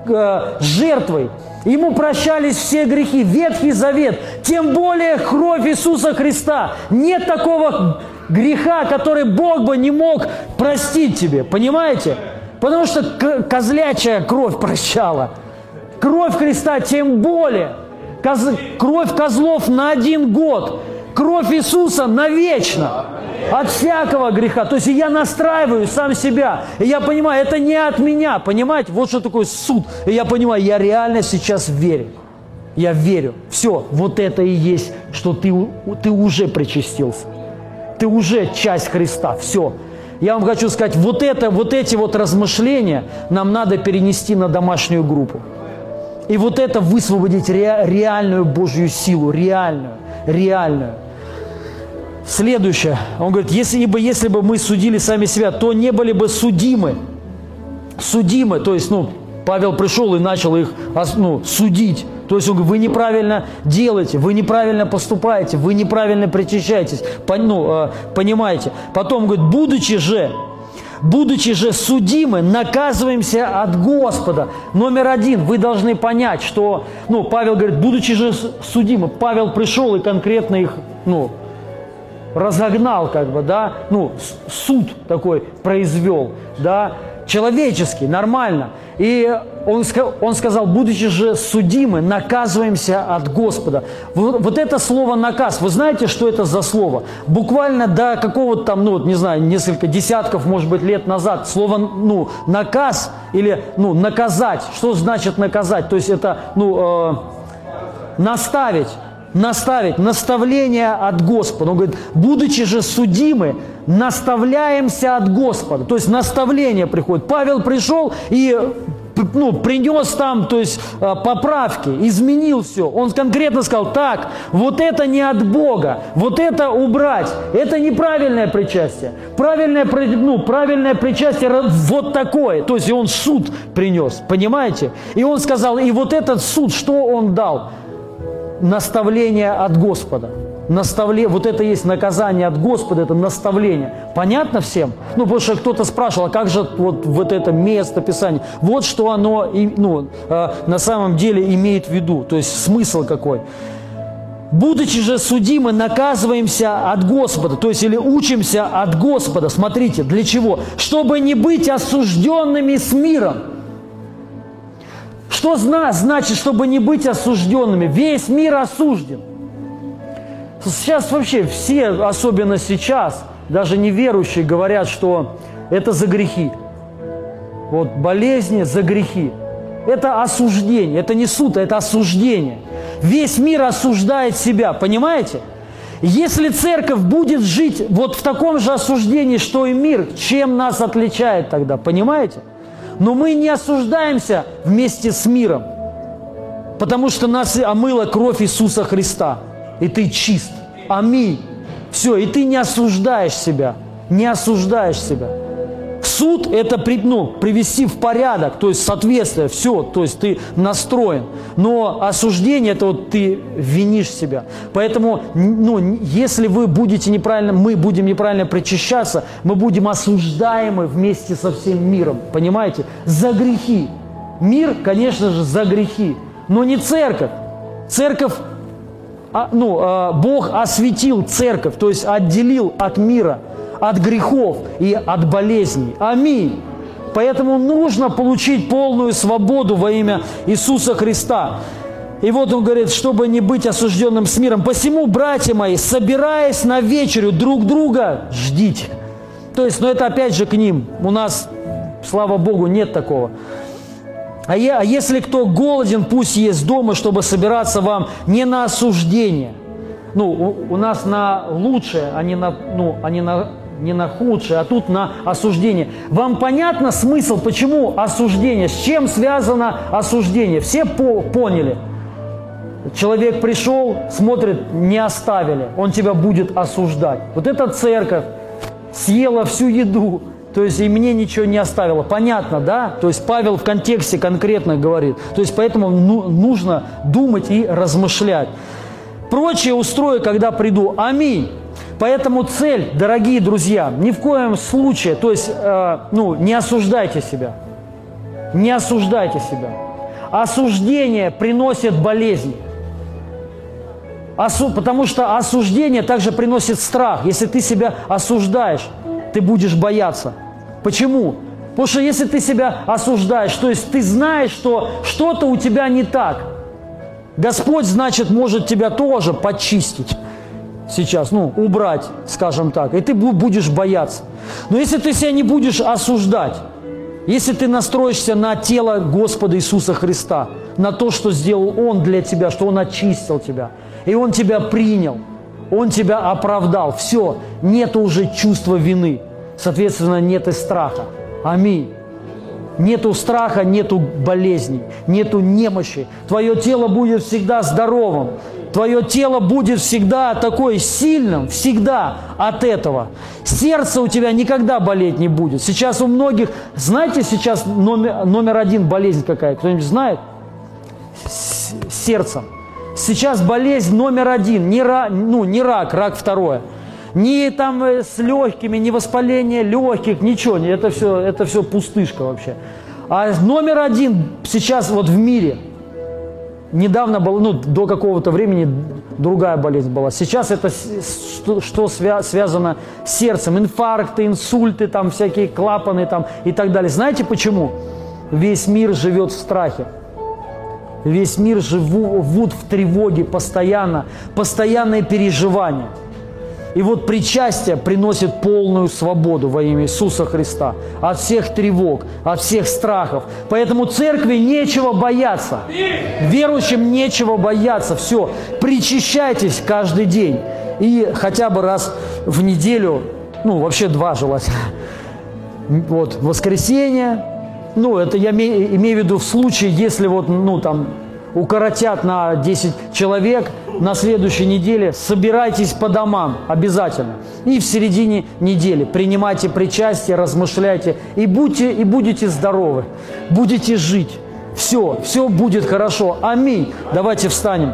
э, жертвой. Ему прощались все грехи, Ветхий Завет, тем более кровь Иисуса Христа. Нет такого греха, который Бог бы не мог простить тебе, понимаете? Потому что козлячая кровь прощала. Кровь Христа тем более. Коз... Кровь козлов на один год. Кровь Иисуса навечно. От всякого греха. То есть я настраиваю сам себя. И я понимаю, это не от меня. Понимаете? Вот что такое суд. И я понимаю, я реально сейчас верю. Я верю. Все, вот это и есть, что ты, ты уже причастился. Ты уже часть Христа. Все. Я вам хочу сказать, вот, это, вот эти вот размышления нам надо перенести на домашнюю группу. И вот это высвободить ре, реальную Божью силу. Реальную. Реальную. Следующее. Он говорит, если, ибо если бы мы судили сами себя, то не были бы судимы. Судимы. То есть, ну, Павел пришел и начал их, ну, судить. То есть, он говорит, вы неправильно делаете, вы неправильно поступаете, вы неправильно причащаетесь. Ну, понимаете. Потом, он говорит, будучи же, будучи же судимы, наказываемся от Господа. Номер один, вы должны понять, что, ну, Павел говорит, будучи же судимы, Павел пришел и конкретно их, ну, разогнал, как бы, да, ну, суд такой произвел, да, человеческий, нормально. И он, он сказал, будучи же судимы, наказываемся от Господа. Вот, вот это слово «наказ», вы знаете, что это за слово? Буквально до какого-то там, ну, не знаю, несколько десятков, может быть, лет назад слово, ну, «наказ» или, ну, «наказать». Что значит «наказать»? То есть это, ну, э, «наставить». Наставить, наставление от Господа. Он говорит, будучи же судимы, наставляемся от Господа. То есть наставление приходит. Павел пришел и, ну, принес там, то есть, поправки, изменил все. Он конкретно сказал, так, вот это не от Бога, вот это убрать. Это неправильное причастие. Правильное, ну, правильное причастие вот такое. То есть и он суд принес, понимаете? И он сказал, и вот этот суд, что он дал? Наставление от Господа. Наставление, вот это есть наказание от Господа, это наставление. Понятно всем? Ну, потому что кто-то спрашивал, а как же вот, вот это место Писания? Вот что оно, ну, э, на самом деле имеет в виду. То есть смысл какой. Будучи же судимы, наказываемся от Господа. То есть или учимся от Господа. Смотрите, для чего? Чтобы не быть осужденными с миром. Что значит, чтобы не быть осужденными? Весь мир осужден. Сейчас вообще все, особенно сейчас, даже неверующие, говорят, что это за грехи. Вот болезни за грехи. Это осуждение, это не суд, это осуждение. Весь мир осуждает себя, понимаете? Если церковь будет жить вот в таком же осуждении, что и мир, чем нас отличает тогда, понимаете? Но мы не осуждаемся вместе с миром, потому что нас омыла кровь Иисуса Христа, и ты чист. Аминь. Все, и ты не осуждаешь себя, не осуждаешь себя. Суд – это, ну, привести в порядок, то есть соответствие, все, то есть ты настроен. Но осуждение – это вот ты винишь себя. Поэтому, ну, если вы будете неправильно, мы будем неправильно причащаться, мы будем осуждаемы вместе со всем миром, понимаете? За грехи. Мир, конечно же, за грехи, но не церковь. Церковь, ну, Бог осветил церковь, то есть отделил от мира, от грехов и от болезней. Аминь. Поэтому нужно получить полную свободу во имя Иисуса Христа. И вот он говорит, чтобы не быть осужденным с миром. Посему, братья мои, собираясь на вечерю друг друга, ждите. То есть, ну это опять же к ним. У нас, слава Богу, нет такого. А, я, а если кто голоден, пусть ест дома, чтобы собираться вам не на осуждение. Ну, у, у нас на лучшее, а не на, ну, а не на, не на худшее, а тут на осуждение. Вам понятно смысл, почему осуждение? С чем связано осуждение? Все по, поняли. Человек пришел, смотрит, не оставили, он тебя будет осуждать. Вот эта церковь съела всю еду, то есть и мне ничего не оставила. Понятно, да? То есть Павел в контексте конкретно говорит. То есть поэтому ну, нужно думать и размышлять. Прочее устрою, когда приду. Аминь. Поэтому цель, дорогие друзья, ни в коем случае, то есть, э, ну, не осуждайте себя. Не осуждайте себя. осуждение приносит болезни. Осу... Потому что осуждение также приносит страх. Если ты себя осуждаешь, ты будешь бояться. Почему? Потому что если ты себя осуждаешь, то есть ты знаешь, что что-то у тебя не так, Господь, значит, может тебя тоже почистить сейчас, ну, убрать, скажем так, и ты будешь бояться. Но если ты себя не будешь осуждать, если ты настроишься на тело Господа Иисуса Христа, на то, что сделал Он для тебя, что Он очистил тебя, и Он тебя принял, Он тебя оправдал, все, нет уже чувства вины, соответственно, нет и страха. Аминь. Нету страха, нету болезней, нету немощи. Твое тело будет всегда здоровым. Твое тело будет всегда такое сильным, всегда от этого. Сердце у тебя никогда болеть не будет. Сейчас у многих, знаете, сейчас номер, номер один болезнь какая? Кто-нибудь знает? С сердцем. Сейчас болезнь номер один. Не, ра, ну, не рак, рак второе. Ни там с легкими, ни воспаление легких, ничего. Это все, это все пустышка вообще. А номер один сейчас вот в мире, недавно было, ну, до какого-то времени другая болезнь была. Сейчас это что, что свя, связано с сердцем. Инфаркты, инсульты, там всякие клапаны там, и так далее. Знаете почему? Весь мир живет в страхе. Весь мир живут в тревоге постоянно. Постоянные переживания. И вот причастие приносит полную свободу во имя Иисуса Христа от всех тревог, от всех страхов. Поэтому церкви нечего бояться. Верующим нечего бояться. Все, причащайтесь каждый день. И хотя бы раз в неделю, ну вообще два желательно. Вот, воскресенье. Ну, это я имею в виду в случае, если вот, ну там, укоротят на десять человек, на следующей неделе собирайтесь по домам обязательно. И в середине недели принимайте причастие, размышляйте, и, будьте, и будете здоровы, будете жить. Все, все будет хорошо. Аминь. Давайте встанем.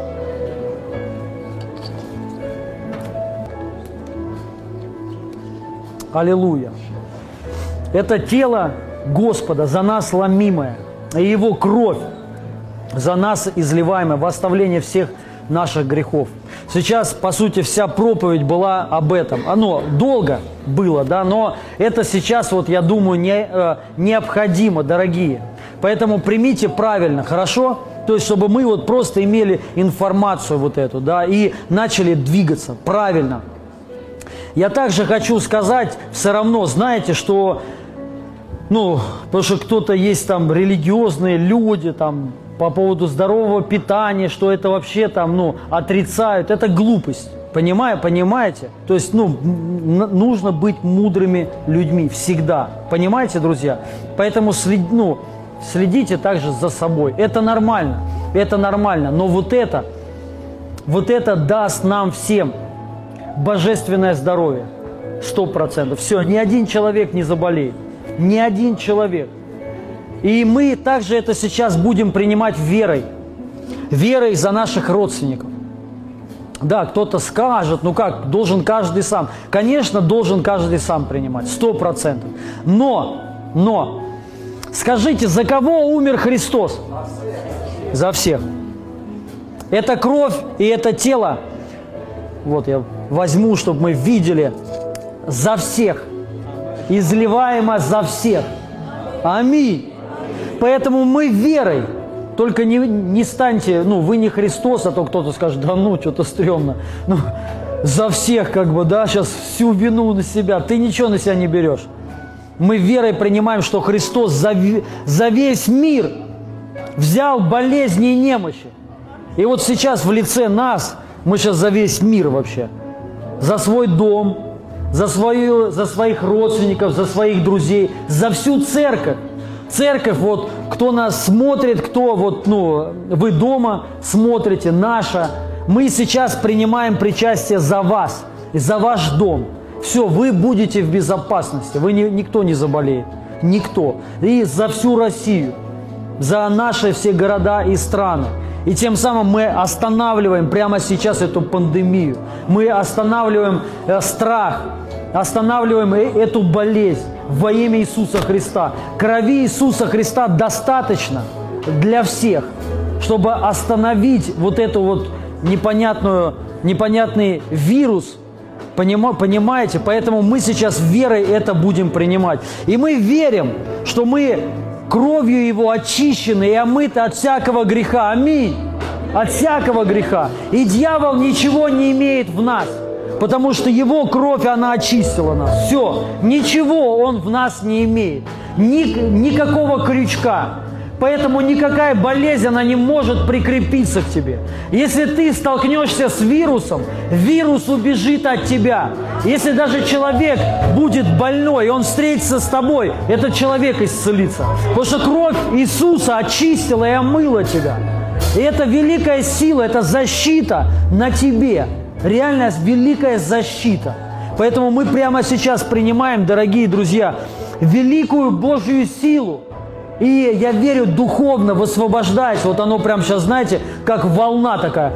Аллилуйя. Это тело Господа за нас ломимое, и Его кровь за нас изливаемое во оставление всех наших грехов. Сейчас, по сути, вся проповедь была об этом. Оно долго было, да, но это сейчас, вот, я думаю, не, э, необходимо, дорогие. Поэтому примите правильно, хорошо? То есть, чтобы мы вот просто имели информацию вот эту, да, и начали двигаться правильно. Я также хочу сказать, все равно, знаете, что, ну, потому что кто-то есть там религиозные люди, там, по поводу здорового питания, что это вообще там, ну, отрицают, это глупость, понимаю, понимаете? То есть, ну, нужно быть мудрыми людьми всегда, понимаете, друзья? Поэтому след, ну, следите также за собой, это нормально, это нормально, но вот это, вот это даст нам всем божественное здоровье, сто процентов, все, ни один человек не заболеет, ни один человек. И мы также это сейчас будем принимать верой. Верой за наших родственников. Да, кто-то скажет, ну как, должен каждый сам. Конечно, должен каждый сам принимать, сто процентов. Но, но, скажите, за кого умер Христос? За всех. Это кровь и это тело. Вот я возьму, чтобы мы видели. За всех. Изливаемо за всех. Аминь. Поэтому мы верой, только не, не станьте, ну, вы не Христос, а то кто-то скажет, да ну, что-то стрёмно. Ну, за всех, как бы, да, сейчас всю вину на себя. Ты ничего на себя не берешь. Мы верой принимаем, что Христос за, за весь мир взял болезни и немощи. И вот сейчас в лице нас, мы сейчас за весь мир вообще, за свой дом, за, свою, за своих родственников, за своих друзей, за всю церковь. Церковь, вот, кто нас смотрит, кто, вот, ну, вы дома смотрите, наша, мы сейчас принимаем причастие за вас, и за ваш дом. Все, вы будете в безопасности, вы не, никто не заболеет, никто. И за всю Россию, за наши все города и страны. И тем самым мы останавливаем прямо сейчас эту пандемию, мы останавливаем э, страх, останавливаем эту болезнь во имя Иисуса Христа. Крови Иисуса Христа достаточно. для всех, чтобы остановить вот эту вот непонятную, непонятный вирус. Понимаете? Поэтому мы сейчас верой это будем принимать. И мы верим, что мы кровью Его очищены и омыты от всякого греха. Аминь. От всякого греха. И дьявол ничего не имеет в нас, потому что Его кровь, она очистила нас. Все. Ничего Он в нас не имеет. Ни, никакого крючка. Поэтому никакая болезнь, она не может прикрепиться к тебе. Если ты столкнешься с вирусом, вирус убежит от тебя. Если даже человек будет больной, и он встретится с тобой, этот человек исцелится. Потому что кровь Иисуса очистила и омыла тебя. И это великая сила, это защита на тебе. Реально великая защита. Поэтому мы прямо сейчас принимаем, дорогие друзья, великую Божью силу. И я верю, духовно высвобождается. Вот оно прям сейчас, знаете, как волна такая.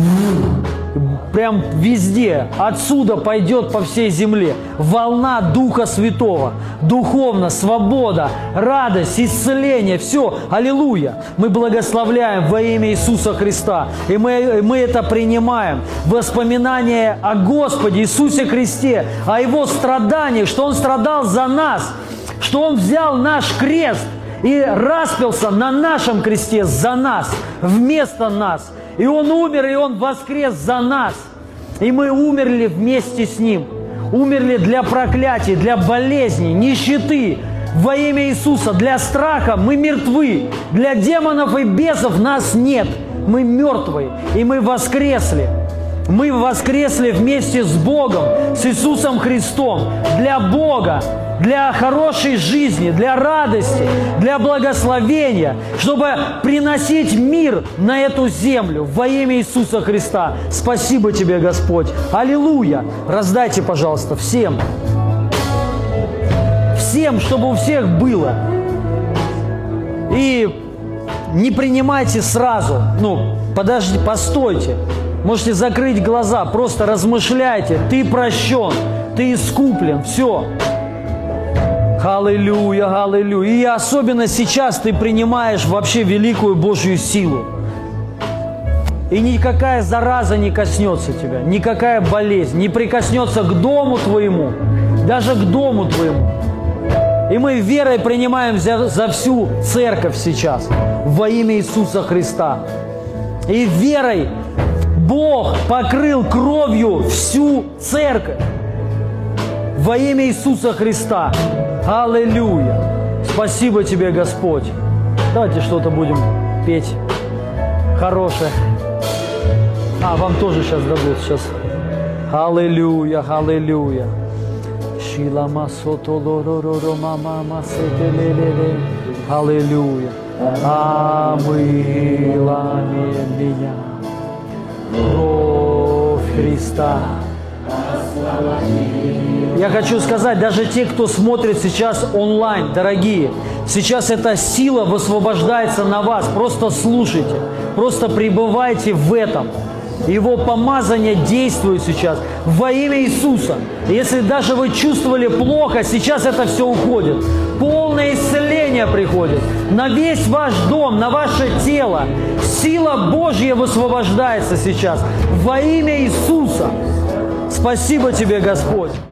Прям везде. Отсюда пойдет по всей земле. Волна Духа Святого. Духовно, свобода, радость, исцеление. Все. Аллилуйя. Мы благословляем во имя Иисуса Христа. И мы, мы это принимаем. Воспоминание о Господе Иисусе Христе. О Его страданиях. Что Он страдал за нас. Что Он взял наш крест. И распялся на нашем кресте за нас, вместо нас. И Он умер, и Он воскрес за нас. И мы умерли вместе с Ним. Умерли для проклятий, для болезней, нищеты. Во имя Иисуса, для страха мы мертвы. Для демонов и бесов нас нет. Мы мертвые, и мы воскресли. Мы воскресли вместе с Богом, с Иисусом Христом. Для Бога. Для хорошей жизни, для радости, для благословения, чтобы приносить мир на эту землю во имя Иисуса Христа. Спасибо Тебе, Господь. Аллилуйя. Раздайте, пожалуйста, всем. Всем, чтобы у всех было. И не принимайте сразу. Ну, подожди, постойте. Можете закрыть глаза, просто размышляйте. Ты прощен, ты искуплен, все. Аллилуйя, аллилуйя. И особенно сейчас ты принимаешь вообще великую Божью силу. И никакая зараза не коснется тебя, никакая болезнь не прикоснется к дому твоему, даже к дому твоему. И мы верой принимаем за, за всю церковь сейчас во имя Иисуса Христа. И верой Бог покрыл кровью всю церковь во имя Иисуса Христа. Аллилуйя! Спасибо Тебе, Господь. Давайте что-то будем петь хорошее. А, вам тоже сейчас дадут. Сейчас. Аллилуйя, аллилуйя. Аллилуйя. Омыла меня кровь Христа. Я хочу сказать, даже те, кто смотрит сейчас онлайн, дорогие, сейчас эта сила высвобождается на вас. Просто слушайте, просто пребывайте в этом. Его помазание действует сейчас во имя Иисуса. Если даже вы чувствовали плохо, сейчас это все уходит. Полное исцеление приходит на весь ваш дом, на ваше тело. Сила Божья высвобождается сейчас во имя Иисуса. Спасибо Тебе, Господь.